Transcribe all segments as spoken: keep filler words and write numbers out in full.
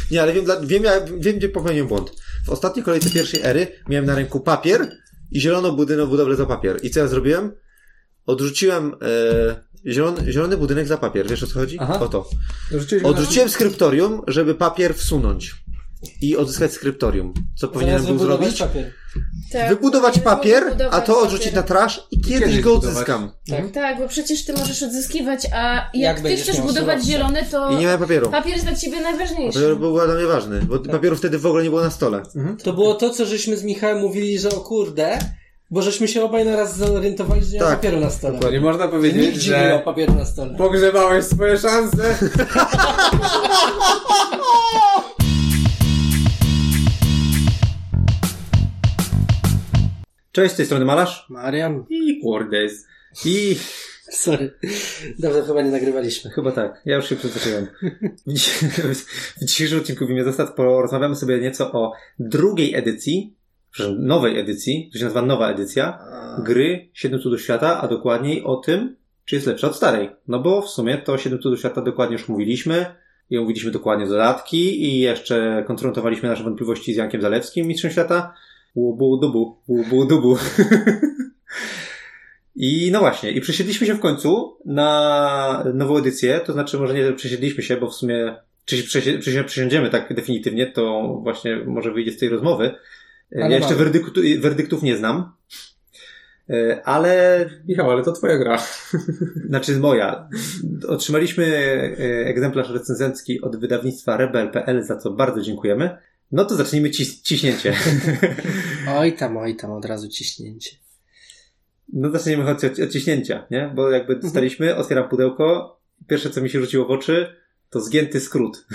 Nie, ale wiem, wiem, wiem gdzie popełniłem błąd. W ostatniej kolejce pierwszej ery miałem na ręku papier i zieloną budynek budowlę za papier. I co ja zrobiłem? Odrzuciłem e, zielony, zielony budynek za papier. Wiesz o co chodzi? Aha. O to. Odrzuciłem skryptorium, żeby papier wsunąć i odzyskać skryptorium. Co powinienem był zrobić? Papier. Tak, wybudować papier, a to odrzucić papier. Na trash i kiedyś, kiedyś go odzyskam. Tak, tak, bo przecież ty możesz odzyskiwać, a jak, jak ty chcesz budować zielone, to i nie ma papieru. Papier jest dla ciebie najważniejszy. Papier był dla mnie ważny, bo tak. Papieru wtedy w ogóle nie było na stole. Mhm. To było to, co żeśmy z Michałem mówili, że o kurde, bo żeśmy się obaj naraz zorientowali, że nie tak. ma papieru na stole. Nie można powiedzieć, Nigdzie że nie ma papieru na stole. Pogrzebałeś swoje szanse. Cześć, z tej strony Malarz. Marian. I Wordes. I... Sorry. Dawno chyba nie nagrywaliśmy. Chyba tak. Ja już się przyzwyczaiłem. W dzisiejszym odcinku w imię zasad porozmawiamy sobie nieco o drugiej edycji, przepraszam, nowej edycji, to się nazywa nowa edycja, gry Siedem Cudów Świata, a dokładniej o tym, czy jest lepsza od starej. No bo w sumie to Siedem Cudów Świata dokładnie już mówiliśmy i omówiliśmy dokładnie dodatki i jeszcze konfrontowaliśmy nasze wątpliwości z Jankiem Zalewskim, mistrzem świata. Łubu dubu, łubu dubu. I no właśnie, i przesiedliśmy się w końcu na nową edycję, to znaczy może nie przesiedliśmy się, bo w sumie czy się przesiądziemy tak definitywnie, to właśnie może wyjdzie z tej rozmowy. Ale ja jeszcze werdyktu, werdyktów nie znam. Ale... Michał, ale to twoja gra. Znaczy moja. Otrzymaliśmy egzemplarz recenzencki od wydawnictwa rebel kropka p l, za co bardzo dziękujemy. No to zacznijmy cis- ciśnięcie. Oj tam, oj tam, od razu ciśnięcie. No zaczniemy od, od ciśnięcia, nie? Bo jakby dostaliśmy, mhm. otwieram pudełko, pierwsze co mi się rzuciło w oczy, to zgięty skrót.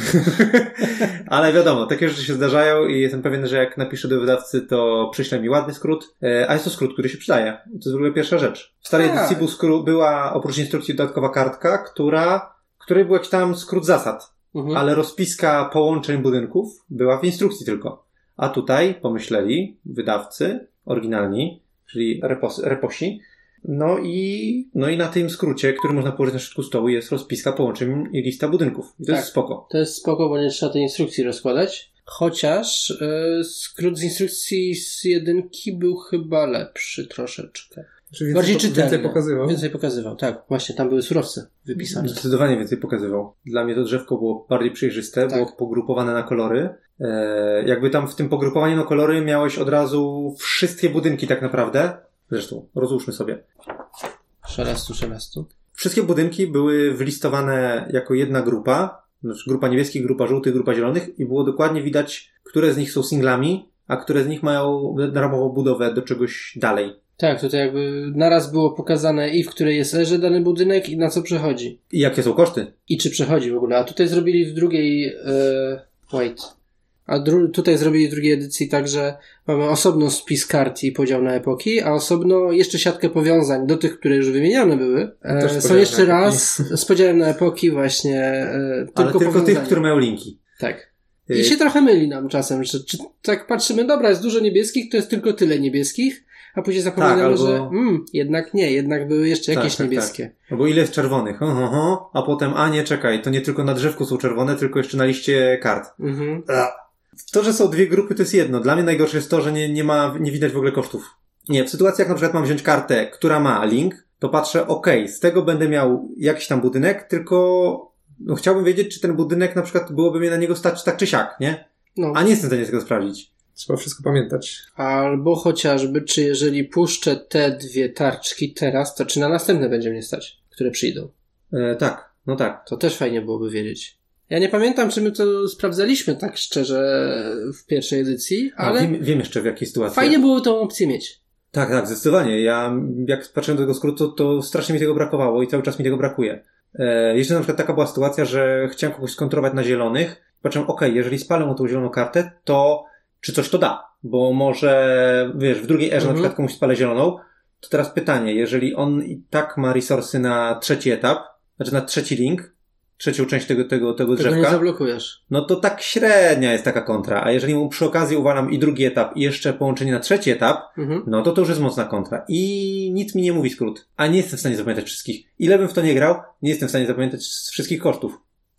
Ale wiadomo, takie rzeczy się zdarzają i jestem pewien, że jak napiszę do wydawcy, to przyśle mi ładny skrót, a jest to skrót, który się przydaje. To jest w ogóle pierwsza rzecz. W starej edycji był skrót, była oprócz instrukcji dodatkowa kartka, która, której był jakiś tam skrót zasad. Mhm. Ale rozpiska połączeń budynków była w instrukcji tylko. A tutaj pomyśleli wydawcy oryginalni, czyli repos, reposi, no i, no i na tym skrócie, który można położyć na środku stołu, jest rozpiska połączeń i lista budynków. I to tak, jest spoko. To jest spoko, bo nie trzeba tej instrukcji rozkładać. Chociaż yy, skrót z instrukcji z jedynki był chyba lepszy troszeczkę. Czyli bardziej więcej, czytelny. Więcej pokazywał. Więcej pokazywał, tak. Właśnie, tam były surowce wypisane. Zdecydowanie więcej pokazywał. Dla mnie to drzewko było bardziej przejrzyste, tak. Było pogrupowane na kolory. E, jakby tam w tym pogrupowaniu na kolory miałeś od razu wszystkie budynki tak naprawdę. Zresztą, rozłóżmy sobie. Szelastu, szelastu. Wszystkie budynki były wylistowane jako jedna grupa. Znaczy grupa niebieskich, grupa żółtych, grupa zielonych i było dokładnie widać, które z nich są singlami, a które z nich mają ramową budowę do czegoś dalej. Tak, tutaj jakby naraz było pokazane i w której jest erze dany budynek i na co przechodzi. I jakie są koszty. I czy przechodzi w ogóle. A tutaj zrobili w drugiej... Yy, wait. A dru- tutaj zrobili w drugiej edycji tak, że mamy osobno spis kart i podział na epoki, a osobno jeszcze siatkę powiązań do tych, które już wymienione były. E, są jeszcze raz z podziałem na epoki właśnie e, tylko Ale tylko tych, które mają linki. Tak. I się trochę myli nam czasem, że czy, tak patrzymy, dobra, jest dużo niebieskich, to jest tylko tyle niebieskich, a później zapominamy, tak, albo... że mm, jednak nie, jednak były jeszcze jakieś tak, tak, niebieskie. Tak. No bo ile jest czerwonych? Ho, ho, ho. A potem, a nie, czekaj, to nie tylko na drzewku są czerwone, tylko jeszcze na liście kart. Mhm. To, że są dwie grupy, to jest jedno. Dla mnie najgorsze jest to, że nie, nie ma, nie widać w ogóle kosztów. Nie, w sytuacji jak na przykład mam wziąć kartę, która ma link, to patrzę, okej, okay, z tego będę miał jakiś tam budynek, tylko no, chciałbym wiedzieć, czy ten budynek na przykład byłoby mnie na niego stać tak czy siak, nie? No. A nie jestem w stanie tego sprawdzić. Trzeba wszystko pamiętać. Albo chociażby, czy jeżeli puszczę te dwie tarczki teraz, to czy na następne będzie mnie stać, które przyjdą? E, tak, no tak. To też fajnie byłoby wiedzieć. Ja nie pamiętam, czy my to sprawdzaliśmy tak szczerze w pierwszej edycji, ale... No, wiem, wiem jeszcze w jakiej sytuacji. Fajnie było tą opcję mieć. Tak, tak, zdecydowanie. Ja jak patrzyłem do tego skrótu, to strasznie mi tego brakowało i cały czas mi tego brakuje. E, jeszcze na przykład taka była sytuacja, że chciałem kogoś skontrować na zielonych. Patrzyłem, okej, okay, jeżeli spalę mu tą zieloną kartę, to czy coś to da? Bo może, wiesz, w drugiej erze mhm. na przykład komuś spalę zieloną, to teraz pytanie, jeżeli on i tak ma resursy na trzeci etap, znaczy na trzeci link, trzecią część tego, tego, tego drzewka. Tego nie zablokujesz. No to tak średnia jest taka kontra. A jeżeli mu przy okazji uwalam i drugi etap i jeszcze połączenie na trzeci etap, mhm. no to to już jest mocna kontra. I nic mi nie mówi skrót. A nie jestem w stanie zapamiętać wszystkich. Ile bym w to nie grał, nie jestem w stanie zapamiętać wszystkich kosztów.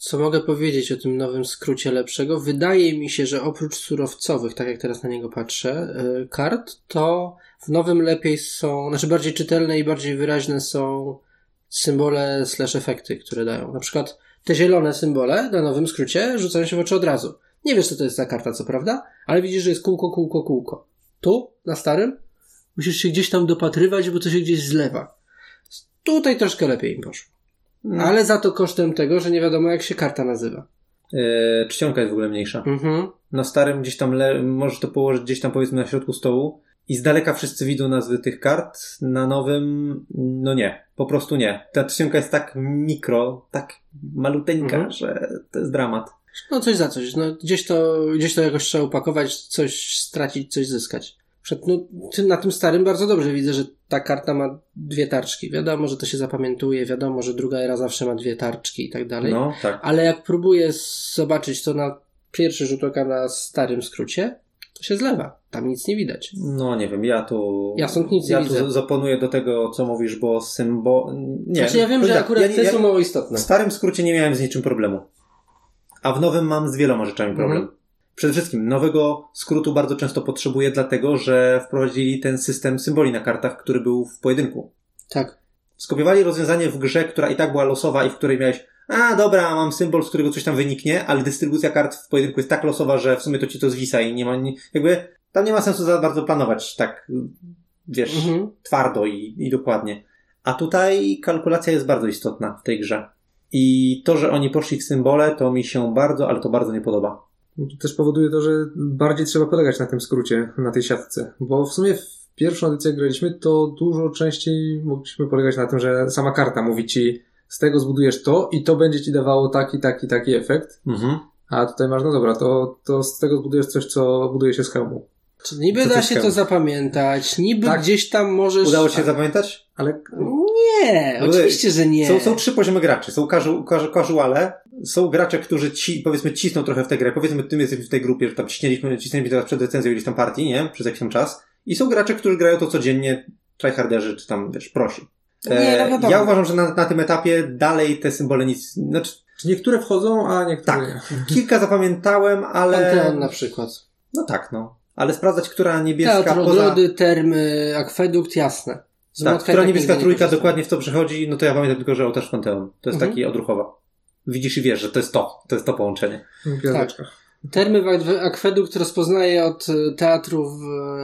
Co mogę powiedzieć o tym nowym skrócie lepszego? Wydaje mi się, że oprócz surowcowych, tak jak teraz na niego patrzę, yy, kart, to w nowym lepiej są, znaczy bardziej czytelne i bardziej wyraźne są symbole slash efekty, które dają. Na przykład te zielone symbole na nowym skrócie rzucają się w oczy od razu. Nie wiesz, co to jest za karta, co prawda, ale widzisz, że jest kółko, kółko, kółko. Tu, na starym, musisz się gdzieś tam dopatrywać, bo to się gdzieś zlewa. Tutaj troszkę lepiej im poszło. No. Ale za to kosztem tego, że nie wiadomo, jak się karta nazywa. Yy, czcionka jest w ogóle mniejsza. Mhm. Na starym gdzieś tam le- możesz to położyć gdzieś tam powiedzmy na środku stołu i z daleka wszyscy widzą nazwy tych kart. Na nowym no nie. Po prostu nie. Ta czcionka jest tak mikro, tak maluteńka, mhm. że to jest dramat. No coś za coś. No, gdzieś to, gdzieś to jakoś trzeba upakować, coś stracić, coś zyskać. Przed, no, na tym starym bardzo dobrze widzę, że ta karta ma dwie tarczki. Wiadomo, że to się zapamiętuje, wiadomo, że druga era zawsze ma dwie tarczki i tak dalej. No, tak. Ale jak próbuję zobaczyć to na pierwszy rzut oka na starym skrócie, to się zlewa. Tam nic nie widać. No nie wiem, ja tu... Ja stąd nic ja nie widzę. Ja tu zaponuję do tego, co mówisz, bo symbol... Nie. Znaczy ja wiem, że tak, akurat ja, te ja, są mało istotne. W starym skrócie nie miałem z niczym problemu. A w nowym mam z wieloma rzeczami problem. Mhm. Przede wszystkim nowego skrótu bardzo często potrzebuję, dlatego że wprowadzili ten system symboli na kartach, który był w pojedynku. Tak. Skopiowali rozwiązanie w grze, która i tak była losowa i w której miałeś, a dobra, mam symbol, z którego coś tam wyniknie, ale dystrybucja kart w pojedynku jest tak losowa, że w sumie to ci to zwisa i nie ma, nie, jakby tam nie ma sensu za bardzo planować tak, wiesz, mhm. twardo i, i dokładnie. A tutaj kalkulacja jest bardzo istotna w tej grze. I to, że oni poszli w symbole, to mi się bardzo, ale to bardzo nie podoba. To też powoduje to, że bardziej trzeba polegać na tym skrócie, na tej siatce. Bo w sumie w pierwszą edycję jak graliśmy, to dużo częściej mogliśmy polegać na tym, że sama karta mówi ci, z tego zbudujesz to i to będzie ci dawało taki, taki, taki efekt. Mhm. A tutaj masz, no dobra, to, to z tego zbudujesz coś, co buduje się z hełmu. Czy niby da się to zapamiętać, niby tak. Gdzieś tam możesz... Udało ci się zapamiętać? Ale... Nie, no oczywiście, że nie. Są, są trzy poziomy graczy. Są casual, casuale, są gracze, którzy ci, powiedzmy cisną trochę w tę grę. Powiedzmy, ty jesteś w tej grupie, że tam ciśnieliśmy, cisnęliśmy teraz przed recenzją gdzieś tam partii, nie? Przez jakiś tam czas. I są gracze, którzy grają to codziennie, tryharderzy, czy tam, wiesz, prosi. E, nie, no ja uważam, że na, na tym etapie dalej te symbole nic... Znaczy, czy niektóre wchodzą, a niektóre tak, nie. Kilka zapamiętałem, ale... Panteon na przykład. No tak, no. Ale sprawdzać, która niebieska Teatr, poza... ogrody, termy, akwedukt, jasne. Z tak, która niebieska trójka dokładnie w to przychodzi, no to ja pamiętam tylko, że ołtarz Panteon. To jest mhm. taki odruchowa. Widzisz i wiesz, że to jest to. To jest to połączenie. Tak. Termy, akwedukt rozpoznaje od teatrów...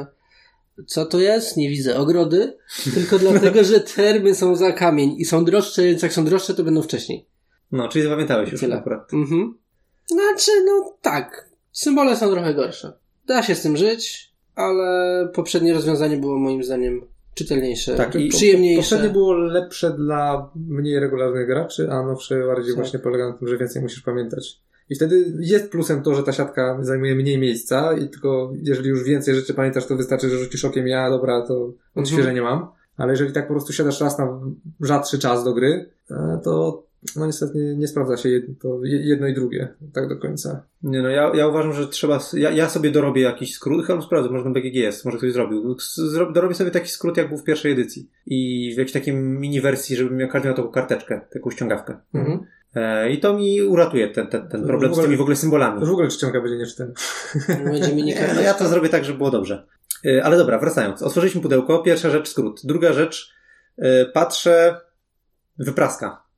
Co to jest? Nie widzę. Ogrody. Tylko dlatego, że termy są za kamień i są droższe, więc jak są droższe, to będą wcześniej. No, czyli zapamiętałeś już Tyle. akurat. Mhm. Znaczy, no tak. Symbole są trochę gorsze. Da się z tym żyć, ale poprzednie rozwiązanie było moim zdaniem czytelniejsze, tak, i przyjemniejsze. Poprzednie było lepsze dla mniej regularnych graczy, a nowsze bardziej tak. właśnie polega na tym, że więcej musisz pamiętać. I wtedy jest plusem to, że ta siatka zajmuje mniej miejsca i tylko jeżeli już więcej rzeczy pamiętasz, to wystarczy, że rzucisz okiem, ja dobra, to odświeżenie mhm. mam. Ale jeżeli tak po prostu siadasz raz na rzadszy czas do gry, to no niestety nie, nie sprawdza się jedno, to jedno i drugie tak do końca. Nie no, ja, ja uważam, że trzeba, ja, ja sobie dorobię jakiś skrót, chyba sprawdzę, może na B G G jest, może ktoś zrobił. Dorobię sobie taki skrót, jak był w pierwszej edycji. I w jakiejś takiej mini wersji, żebym miał każdy miał taką karteczkę, taką ściągawkę. Mhm. E, I to mi uratuje ten, ten, ten problem ogóle, z tymi w ogóle symbolami. To w ogóle czcionka będzie nieczytelna. Będzie mini no ja to zrobię tak, żeby było dobrze. E, ale dobra, wracając. Otworzyliśmy pudełko, pierwsza rzecz skrót. Druga rzecz, e, patrzę, wypraska.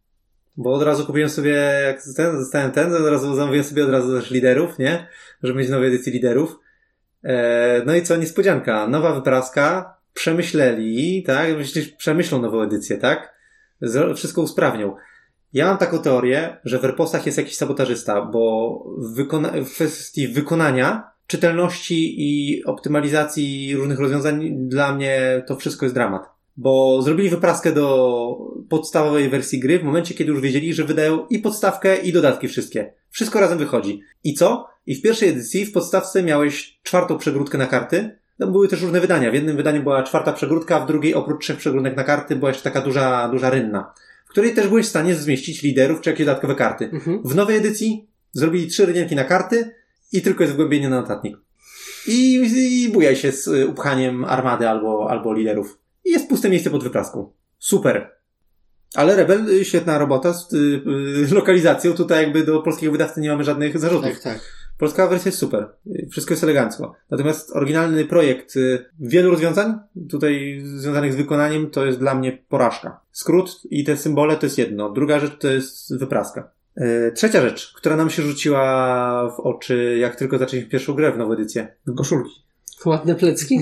Bo od razu kupiłem sobie, jak ten, zostałem ten, od razu zamówiłem sobie od razu też liderów, nie? Żeby mieć nowe edycje liderów. E, no i co, niespodzianka. Nowa wypraska, przemyśleli, tak? Myślisz, przemyślą nową edycję, tak? Z, wszystko usprawnią. Ja mam taką teorię, że w Erposach jest jakiś sabotażysta, bo w, wykona- w kwestii wykonania, czytelności i optymalizacji różnych rozwiązań dla mnie to wszystko jest dramat. Bo zrobili wypraskę do podstawowej wersji gry w momencie, kiedy już wiedzieli, że wydają i podstawkę, i dodatki wszystkie. Wszystko razem wychodzi. I co? I w pierwszej edycji w podstawce miałeś czwartą przegródkę na karty. Tam były też różne wydania. W jednym wydaniu była czwarta przegródka, a w drugiej oprócz trzech przegródek na karty była jeszcze taka duża, duża rynna, w której też byłeś w stanie zmieścić liderów czy jakieś dodatkowe karty. Mhm. W nowej edycji zrobili trzy rynienki na karty i tylko jest wgłębienie na notatnik. I, i bujaj się z upchaniem armady albo, albo liderów. I jest puste miejsce pod wypraską. Super. Ale Rebel, świetna robota z y, y, lokalizacją. Tutaj jakby do polskiego wydawcy nie mamy żadnych zarzutów. Tak, tak. Polska wersja jest super. Wszystko jest elegancko. Natomiast oryginalny projekt y, wielu rozwiązań tutaj związanych z wykonaniem to jest dla mnie porażka. Skrót i te symbole to jest jedno. Druga rzecz to jest wypraska. Y, trzecia rzecz, która nam się rzuciła w oczy, jak tylko zaczęliśmy pierwszą grę w nową edycję. Koszulki. Ładne plecki?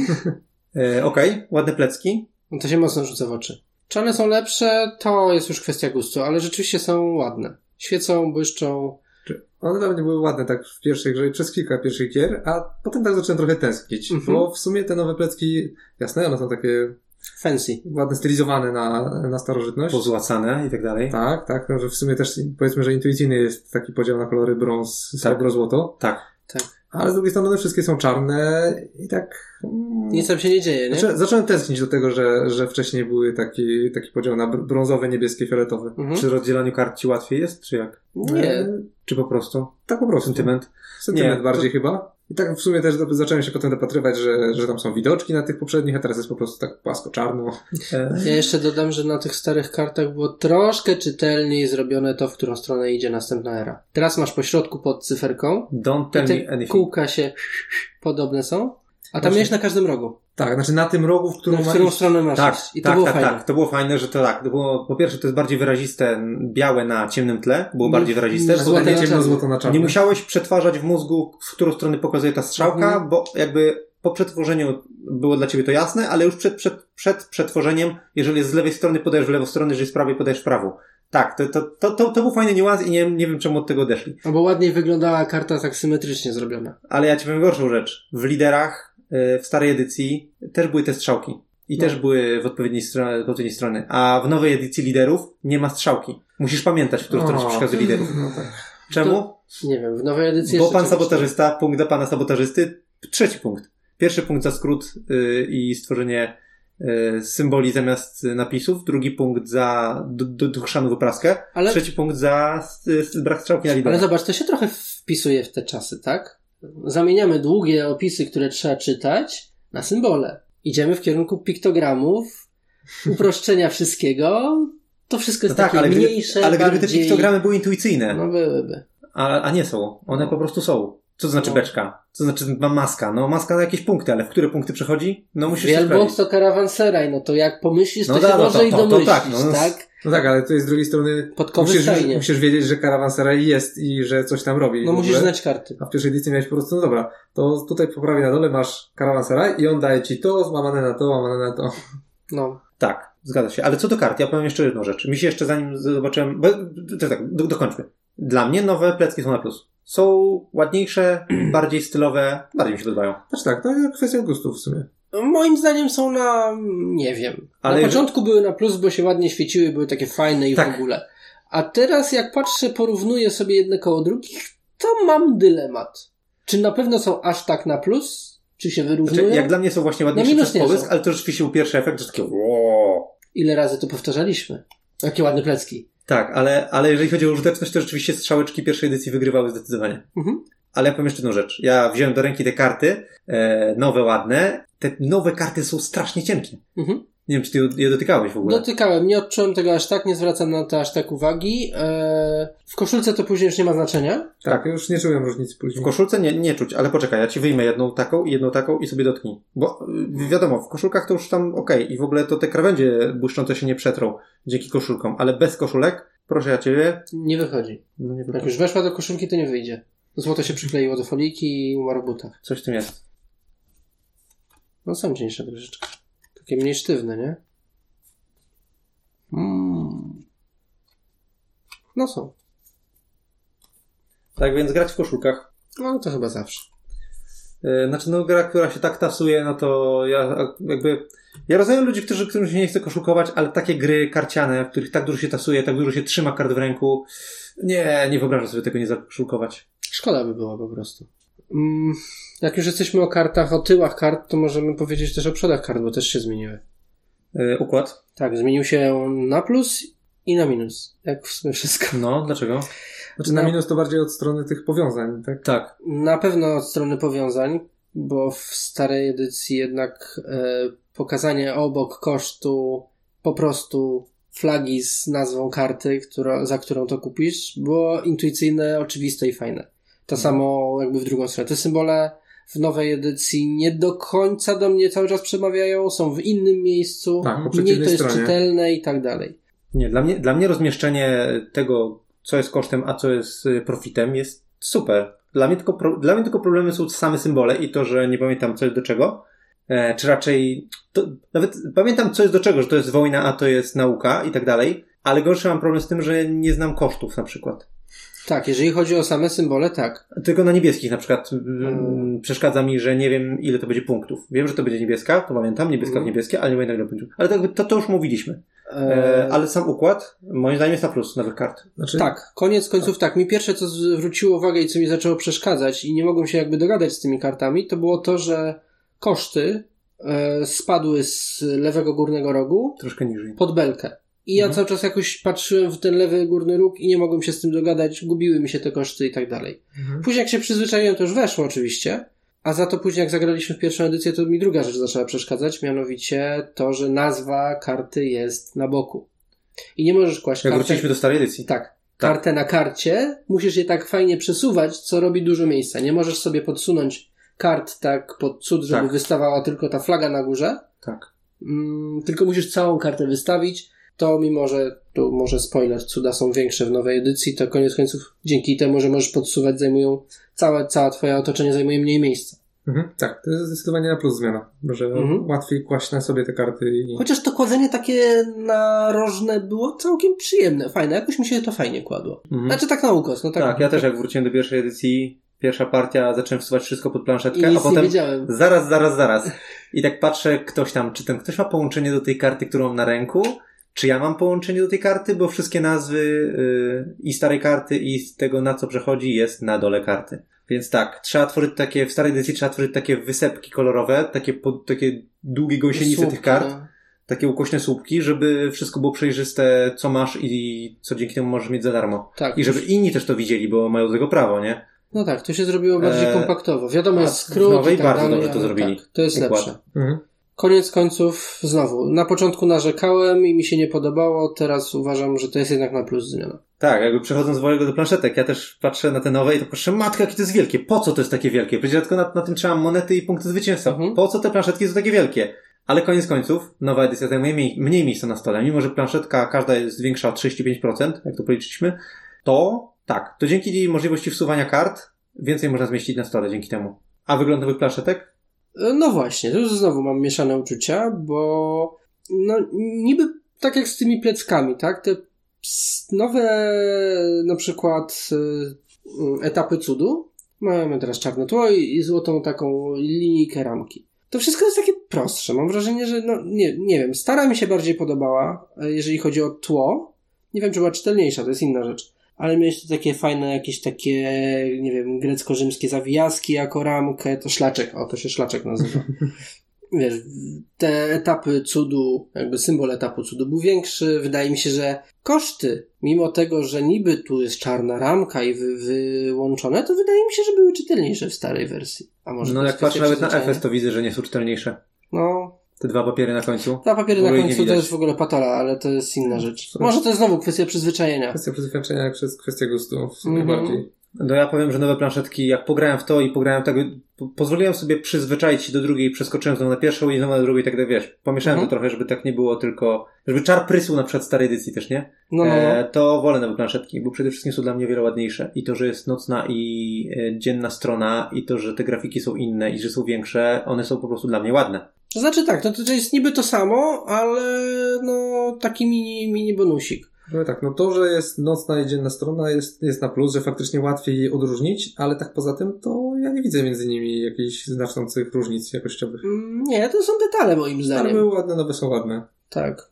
y, Okej, okay, ładne plecki. No to się mocno rzuca w oczy. Czy one są lepsze, to jest już kwestia gustu, ale rzeczywiście są ładne. Świecą, błyszczą. One dla mnie były ładne tak w pierwszej grze, przez kilka pierwszych gier, a potem tak zacząłem trochę tęsknić, mm-hmm. bo w sumie te nowe plecki, jasne, one są takie fancy, ładne, stylizowane na, na starożytność. Pozłacane i tak dalej. Tak, tak, no, że w sumie też powiedzmy, że intuicyjny jest taki podział na kolory brąz, tak. srebro, złoto. Tak. Tak. Ale z drugiej strony one wszystkie są czarne i tak... Mm, nic tam się nie dzieje, nie? Znaczy, zacząłem tęsknić do tego, że, że wcześniej były taki, taki podział na brązowe, niebieskie, fioletowe. Mhm. Przy rozdzielaniu kart ci łatwiej jest, czy jak? Nie. E, czy po prostu? Tak po prostu. Sentyment? Sentyment nie, bardziej to... chyba. I tak w sumie też do, zacząłem się potem dopatrywać, że, że tam są widoczki na tych poprzednich, a teraz jest po prostu tak płasko-czarno. Ja jeszcze dodam, że na tych starych kartach było troszkę czytelniej zrobione to, w którą stronę idzie następna era. Teraz masz po środku pod cyferką. Don't tell i te me anything. Kółka się podobne są, a tam miałeś na każdym rogu. Tak, znaczy na tym rogu, w którą, no, w którą stronę masz tak, iść. I to tak, było tak, fajne. tak. To było fajne, że to tak. To było, po pierwsze, to jest bardziej wyraziste, białe na ciemnym tle. Było bardziej wyraziste. Złote na ciemno, złoto na czarno. Nie musiałeś przetwarzać w mózgu, w którą stronę pokazuje ta strzałka, mhm. bo jakby po przetworzeniu było dla ciebie to jasne, ale już przed, przed, przed przetworzeniem, jeżeli jest z lewej strony, podajesz w lewą stronę, jeżeli z prawej, podajesz w prawą. Tak, to, to, to, to, to był fajny niuans i nie, nie wiem, czemu od tego odeszli. No bo ładniej wyglądała karta tak symetrycznie zrobiona. Ale ja ci powiem gorszą rzecz. W liderach, w starej edycji też były te strzałki. I no. też były w odpowiedniej, stro- w odpowiedniej strony. A w nowej edycji liderów nie ma strzałki. Musisz pamiętać, w którą stronę się przekazuje liderów. No tak. Czemu? To, nie wiem, w nowej edycji Bo pan sabotażysta, punkt dla pana sabotażysty, trzeci punkt. Pierwszy punkt za skrót yy, i stworzenie yy, symboli zamiast napisów. Drugi punkt za dochrzanu wypraskę. Ale... Trzeci punkt za y, brak strzałki na liderach. Ale zobacz, to się trochę wpisuje w te czasy, tak? Zamieniamy długie opisy, które trzeba czytać, na symbole. Idziemy w kierunku piktogramów, uproszczenia wszystkiego. To wszystko jest no takie tak, ale mniejsze, gdyby, ale bardziej... gdyby te piktogramy były intuicyjne. No byłyby. A, a nie są. One no. po prostu są. Co to znaczy no. beczka? Co to znaczy ma maska? No maska na jakieś punkty, ale w które punkty przechodzi? No musisz Wielbłąd to karawanseraj, no to jak pomyślisz, no to da, się no, może to, i to, domyślić, to, to, tak? No, tak? No tak, ale tu z drugiej strony musisz, musisz wiedzieć, że karawanseraj jest i że coś tam robi. No musisz znać karty. A w pierwszej edycji miałeś po prostu, no dobra, to tutaj po prawej na dole masz karawanseraj i on daje ci to, złamane na to, łamane na to. No. Tak, zgadza się. Ale co do kart, ja powiem jeszcze jedną rzecz. Mi się jeszcze zanim zobaczyłem, bo, to tak, do, dokończmy. Dla mnie nowe plecki są na plus. Są ładniejsze, bardziej stylowe, bardziej mi się podobają. Znaczy tak, to jest kwestia gustów w sumie. Moim zdaniem są na, nie wiem. Ale na początku były na plus, bo się ładnie świeciły, były takie fajne i tak. w ogóle. A teraz jak patrzę, porównuję sobie jedne koło drugich, to mam dylemat. Czy na pewno są aż tak na plus? Czy się wyrównują? Znaczy, jak dla mnie są właśnie ładniejsze przez połysk, ale to rzeczywiście był pierwszy efekt, że takie wow. Ile razy to powtarzaliśmy? Jakie ładne plecki. Tak, ale, ale jeżeli chodzi o użyteczność, to rzeczywiście strzałeczki pierwszej edycji wygrywały zdecydowanie. Mhm. Ale ja powiem jeszcze jedną rzecz. Ja wziąłem do ręki te karty, e, nowe, ładne. Te nowe karty są strasznie cienkie. Mhm. Nie wiem, czy ty je dotykałeś w ogóle. Dotykałem, nie odczułem tego aż tak, nie zwracam na to aż tak uwagi. Eee, w koszulce to później już nie ma znaczenia. Tak, już nie czułem różnicy później. W koszulce nie, nie czuć, ale poczekaj, ja ci wyjmę jedną taką i jedną taką i sobie dotknij. Bo wiadomo, w koszulkach to już tam okej okay. I w ogóle to te krawędzie błyszczące się nie przetrą dzięki koszulkom, ale bez koszulek, proszę ja ciebie. Nie wychodzi. No nie wychodzi. Jak już weszła do koszulki, to nie wyjdzie. Złoto się przykleiło do foliki i umarł w butach. Coś w tym jest. No są cieńsze troszeczkę. Takie mniej sztywne, nie? Mm. No są. Tak więc grać w koszulkach. No to chyba zawsze. Yy, znaczy no gra, która się tak tasuje, no to ja jakby... Ja rozumiem ludzi, którzy, którym się nie chce koszulkować, ale takie gry karciane, w których tak dużo się tasuje, tak dużo się trzyma kart w ręku. Nie, nie wyobrażam sobie tego nie zakoszulkować. Szkoda by było po prostu. Mm, jak już jesteśmy o kartach, o tyłach kart, to możemy powiedzieć też o przodach kart, bo też się zmieniły. Yy, układ? Tak, zmienił się na plus i na minus. Jak w sumie wszystko. No, dlaczego? Znaczy na, na minus to bardziej od strony tych powiązań, tak? Tak. Na pewno od strony powiązań, bo w starej edycji jednak e, pokazanie obok kosztu po prostu flagi z nazwą karty, która, za którą to kupisz, było intuicyjne, oczywiste i fajne. To hmm. samo jakby w drugą stronę. Te symbole w nowej edycji nie do końca do mnie cały czas przemawiają, są w innym miejscu, tak, mniej to jest stronie. czytelne i tak dalej. Nie, dla mnie, dla mnie rozmieszczenie tego, co jest kosztem, a co jest profitem, jest super. Dla mnie tylko, pro, dla mnie tylko problemy są same symbole i to, że nie pamiętam, co jest do czego. E, czy raczej, to, nawet pamiętam, co jest do czego, że to jest wojna, a to jest nauka i tak dalej, ale gorszy mam problem z tym, że nie znam kosztów na przykład. Tak, jeżeli chodzi o same symbole, tak. Tylko na niebieskich na przykład hmm. przeszkadza mi, że nie wiem, ile to będzie punktów. Wiem, że to będzie niebieska, to pamiętam, niebieska hmm. w niebieskie, ale nie pamiętam, ile punktów. Ale to, to, to już mówiliśmy. E, ale sam układ, moim zdaniem, jest na plus nowych kart. Znaczy... Tak, koniec końców tak. Mi pierwsze, co zwróciło uwagę i co mi zaczęło przeszkadzać i nie mogłem się jakby dogadać z tymi kartami, to było to, że koszty e, spadły z lewego górnego rogu troszkę niżej pod belkę. I ja mhm. cały czas jakoś patrzyłem w ten lewy górny róg i nie mogłem się z tym dogadać, gubiły mi się te koszty i tak dalej. Mhm. Później jak się przyzwyczaiłem, to już weszło oczywiście, a za to później jak zagraliśmy w pierwszą edycję, to mi druga rzecz zaczęła przeszkadzać, mianowicie to, że nazwa karty jest na boku. I nie możesz kłaść jak kartę... wróciliśmy do starej edycji. Tak. tak. Kartę na karcie, musisz je tak fajnie przesuwać, co robi dużo miejsca. Nie możesz sobie podsunąć kart tak pod cud, żeby tak. wystawała tylko ta flaga na górze. Tak. Mm, tylko musisz całą kartę wystawić. To mimo, że tu może spoiler, cuda są większe w nowej edycji, to koniec końców dzięki temu, że możesz podsuwać, zajmują całe, całe twoje otoczenie zajmuje mniej miejsca. Mhm, tak, to jest zdecydowanie na plus zmiana, że mhm. łatwiej kłaść na sobie te karty. I... Chociaż to kładzenie takie narożne było całkiem przyjemne, fajne, jakoś mi się to fajnie kładło. Mhm. Znaczy tak na ukos. No tak, tak, ja też jak wróciłem do pierwszej edycji, pierwsza partia, zacząłem wsuwać wszystko pod planszetkę, I a potem wiedziałem. zaraz, zaraz, zaraz. I tak patrzę, ktoś tam, czy ten ktoś ma połączenie do tej karty, którą mam na ręku, czy ja mam połączenie do tej karty, bo wszystkie nazwy yy, i starej karty i z tego, na co przechodzi, jest na dole karty. Więc tak, trzeba tworzyć takie, w starej edycji trzeba tworzyć takie wysepki kolorowe, takie, pod, takie długie gąsienice słupki, tych kart, no. takie ukośne słupki, żeby wszystko było przejrzyste, co masz i co dzięki temu możesz mieć za darmo. Tak, I żeby już... inni też to widzieli, bo mają do tego prawo, nie? No tak, to się zrobiło bardziej eee, kompaktowo. Wiadomo, jest skrót nowej i tak bardzo dalej, dobrze to zrobili. Tak, to jest Układ. lepsze. Mhm. Koniec końców, znowu, na początku narzekałem i mi się nie podobało, teraz uważam, że to jest jednak na plus zmiana. Tak, jakby przechodząc z wolego do planszetek, ja też patrzę na te nowe i to patrzę, matka, jakie to jest wielkie, po co to jest takie wielkie? Przecież ja tylko na, na tym trzymam monety i punkty zwycięstwa. Mhm. Po co te planszetki są takie wielkie? Ale koniec końców, nowa edycja zajmuje mniej, mniej miejsca na stole. Mimo, że planszetka każda jest większa o trzydzieści pięć procent, jak to policzyliśmy, to tak, to dzięki możliwości wsuwania kart więcej można zmieścić na stole dzięki temu. A wygląd nowych planszetek? No właśnie, to już znowu mam mieszane uczucia, bo no niby tak jak z tymi pleckami, tak? Te nowe na przykład etapy cudu, mamy teraz czarne tło i złotą taką linijkę ramki. To wszystko jest takie prostsze. Mam wrażenie, że no nie, nie wiem, stara mi się bardziej podobała, jeżeli chodzi o tło. Nie wiem, czy była czytelniejsza, to jest inna rzecz. Ale miałeś tu takie fajne, jakieś takie, nie wiem, grecko-rzymskie zawijaski jako ramkę, to szlaczek, o, to się szlaczek nazywa. Wiesz, te etapy cudu, jakby symbol etapu cudu był większy. Wydaje mi się, że koszty, mimo tego, że niby tu jest czarna ramka i wy, wyłączone, to wydaje mi się, że były czytelniejsze w starej wersji. A może no jak patrzę nawet na F S, to widzę, że nie są czytelniejsze. No. Te dwa papiery na końcu. Dwa papiery na końcu to jest w ogóle patola, ale to jest inna rzecz. Może to jest znowu kwestia przyzwyczajenia. Kwestia przyzwyczajenia przez kwestię gustu w sumie mm-hmm. bardziej. No ja powiem, że nowe planszetki, jak pograłem w to i pograłem tak, po, pozwoliłem sobie przyzwyczaić się do drugiej, przeskoczyłem znowu na pierwszą i znowu na drugą i tak dalej, wiesz, pomieszałem mm-hmm. to trochę, żeby tak nie było tylko, żeby czar prysł na przykład starej edycji też, nie? No, no. E, to wolę nowe planszetki, bo przede wszystkim są dla mnie o wiele ładniejsze i to, że jest nocna i e, dzienna strona i to, że te grafiki są inne i że są większe, one są po prostu dla mnie ładne. To znaczy tak, no to jest niby to samo, ale no taki mini, mini bonusik. No tak, no to, że jest nocna i dzienna strona jest, jest na plus, że faktycznie łatwiej je odróżnić, ale tak poza tym to ja nie widzę między nimi jakichś znaczących różnic jakościowych. Mm, nie, to są detale moim zdaniem. Ale były ładne, nowe są ładne. Tak.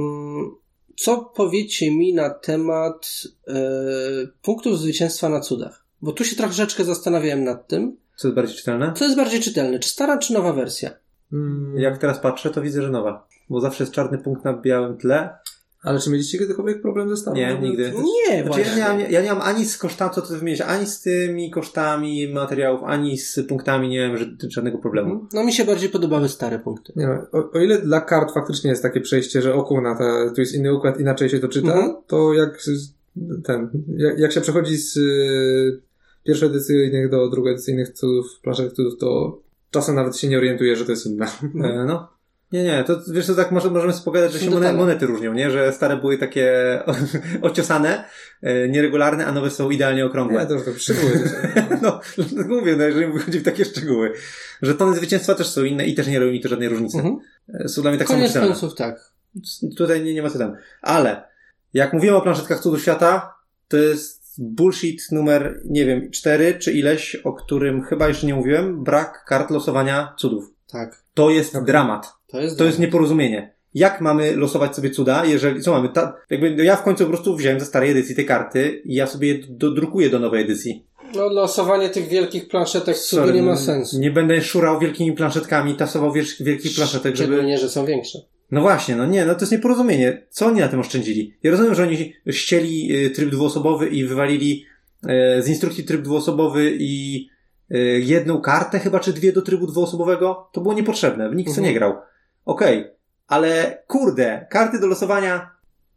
Co powiecie mi na temat e, punktów zwycięstwa na cudach? Bo tu się troszeczkę zastanawiałem nad tym. Co jest bardziej czytelne? Co jest bardziej czytelne? Czy stara, czy nowa wersja? Hmm. Jak teraz patrzę, to widzę, że nowa. Bo zawsze jest czarny punkt na białym tle. Ale czy mieliście kiedykolwiek problem ze starą? Nie, nigdy. Nie, znaczy, właśnie. Ja nie, mam, ja nie mam ani z kosztami, co ty wymieniłeś, ani z tymi kosztami materiałów, ani z punktami nie wiem, że, żadnego problemu. No mi się bardziej podobały stare punkty. Nie, o, o ile dla kart faktycznie jest takie przejście, że o kurna, ta, tu jest inny układ, inaczej się to czyta, mhm. to jak ten, jak, jak się przechodzi z y, pierwszoedycyjnych do drugoedycyjnych cudów, planszetek cudów, to czasem nawet się nie orientuje, że to jest inna. E, no. Nie, nie, to wiesz co, tak może, możemy spogadać, że się monety, monety różnią, nie? Że stare były takie ociosane, e, nieregularne, a nowe są idealnie okrągłe. Nie, to już to szczegóły. no, mówię, no, jeżeli wychodzi w takie szczegóły. Że tony zwycięstwa też są inne i też nie robią mi to żadnej różnicy. Mhm. Są dla mnie tak Koniec samo końców, tak. Tutaj nie, nie ma co tam. Ale, jak mówiłem o planszetkach cudów świata, to jest bullshit numer, nie wiem, cztery czy ileś, o którym chyba jeszcze nie mówiłem, brak kart losowania cudów. Tak. To jest tak. dramat. To jest, to jest nieporozumienie. Jak mamy losować sobie cuda, jeżeli, co mamy, ta, jakby ja w końcu po prostu wziąłem ze starej edycji te karty i ja sobie je dodrukuję do nowej edycji. No, losowanie tych wielkich planszetek cudu nie ma sensu. Nie będę szurał wielkimi planszetkami, tasował wielkich planszetek, żeby... Szczególnie, że są większe. No właśnie, no nie, no to jest nieporozumienie. Co oni na tym oszczędzili? Ja rozumiem, że oni ścieli tryb dwuosobowy i wywalili e, z instrukcji tryb dwuosobowy i e, jedną kartę chyba, czy dwie do trybu dwuosobowego. To było niepotrzebne, nikt mhm. co nie grał. Okej, okay. Ale kurde, karty do losowania.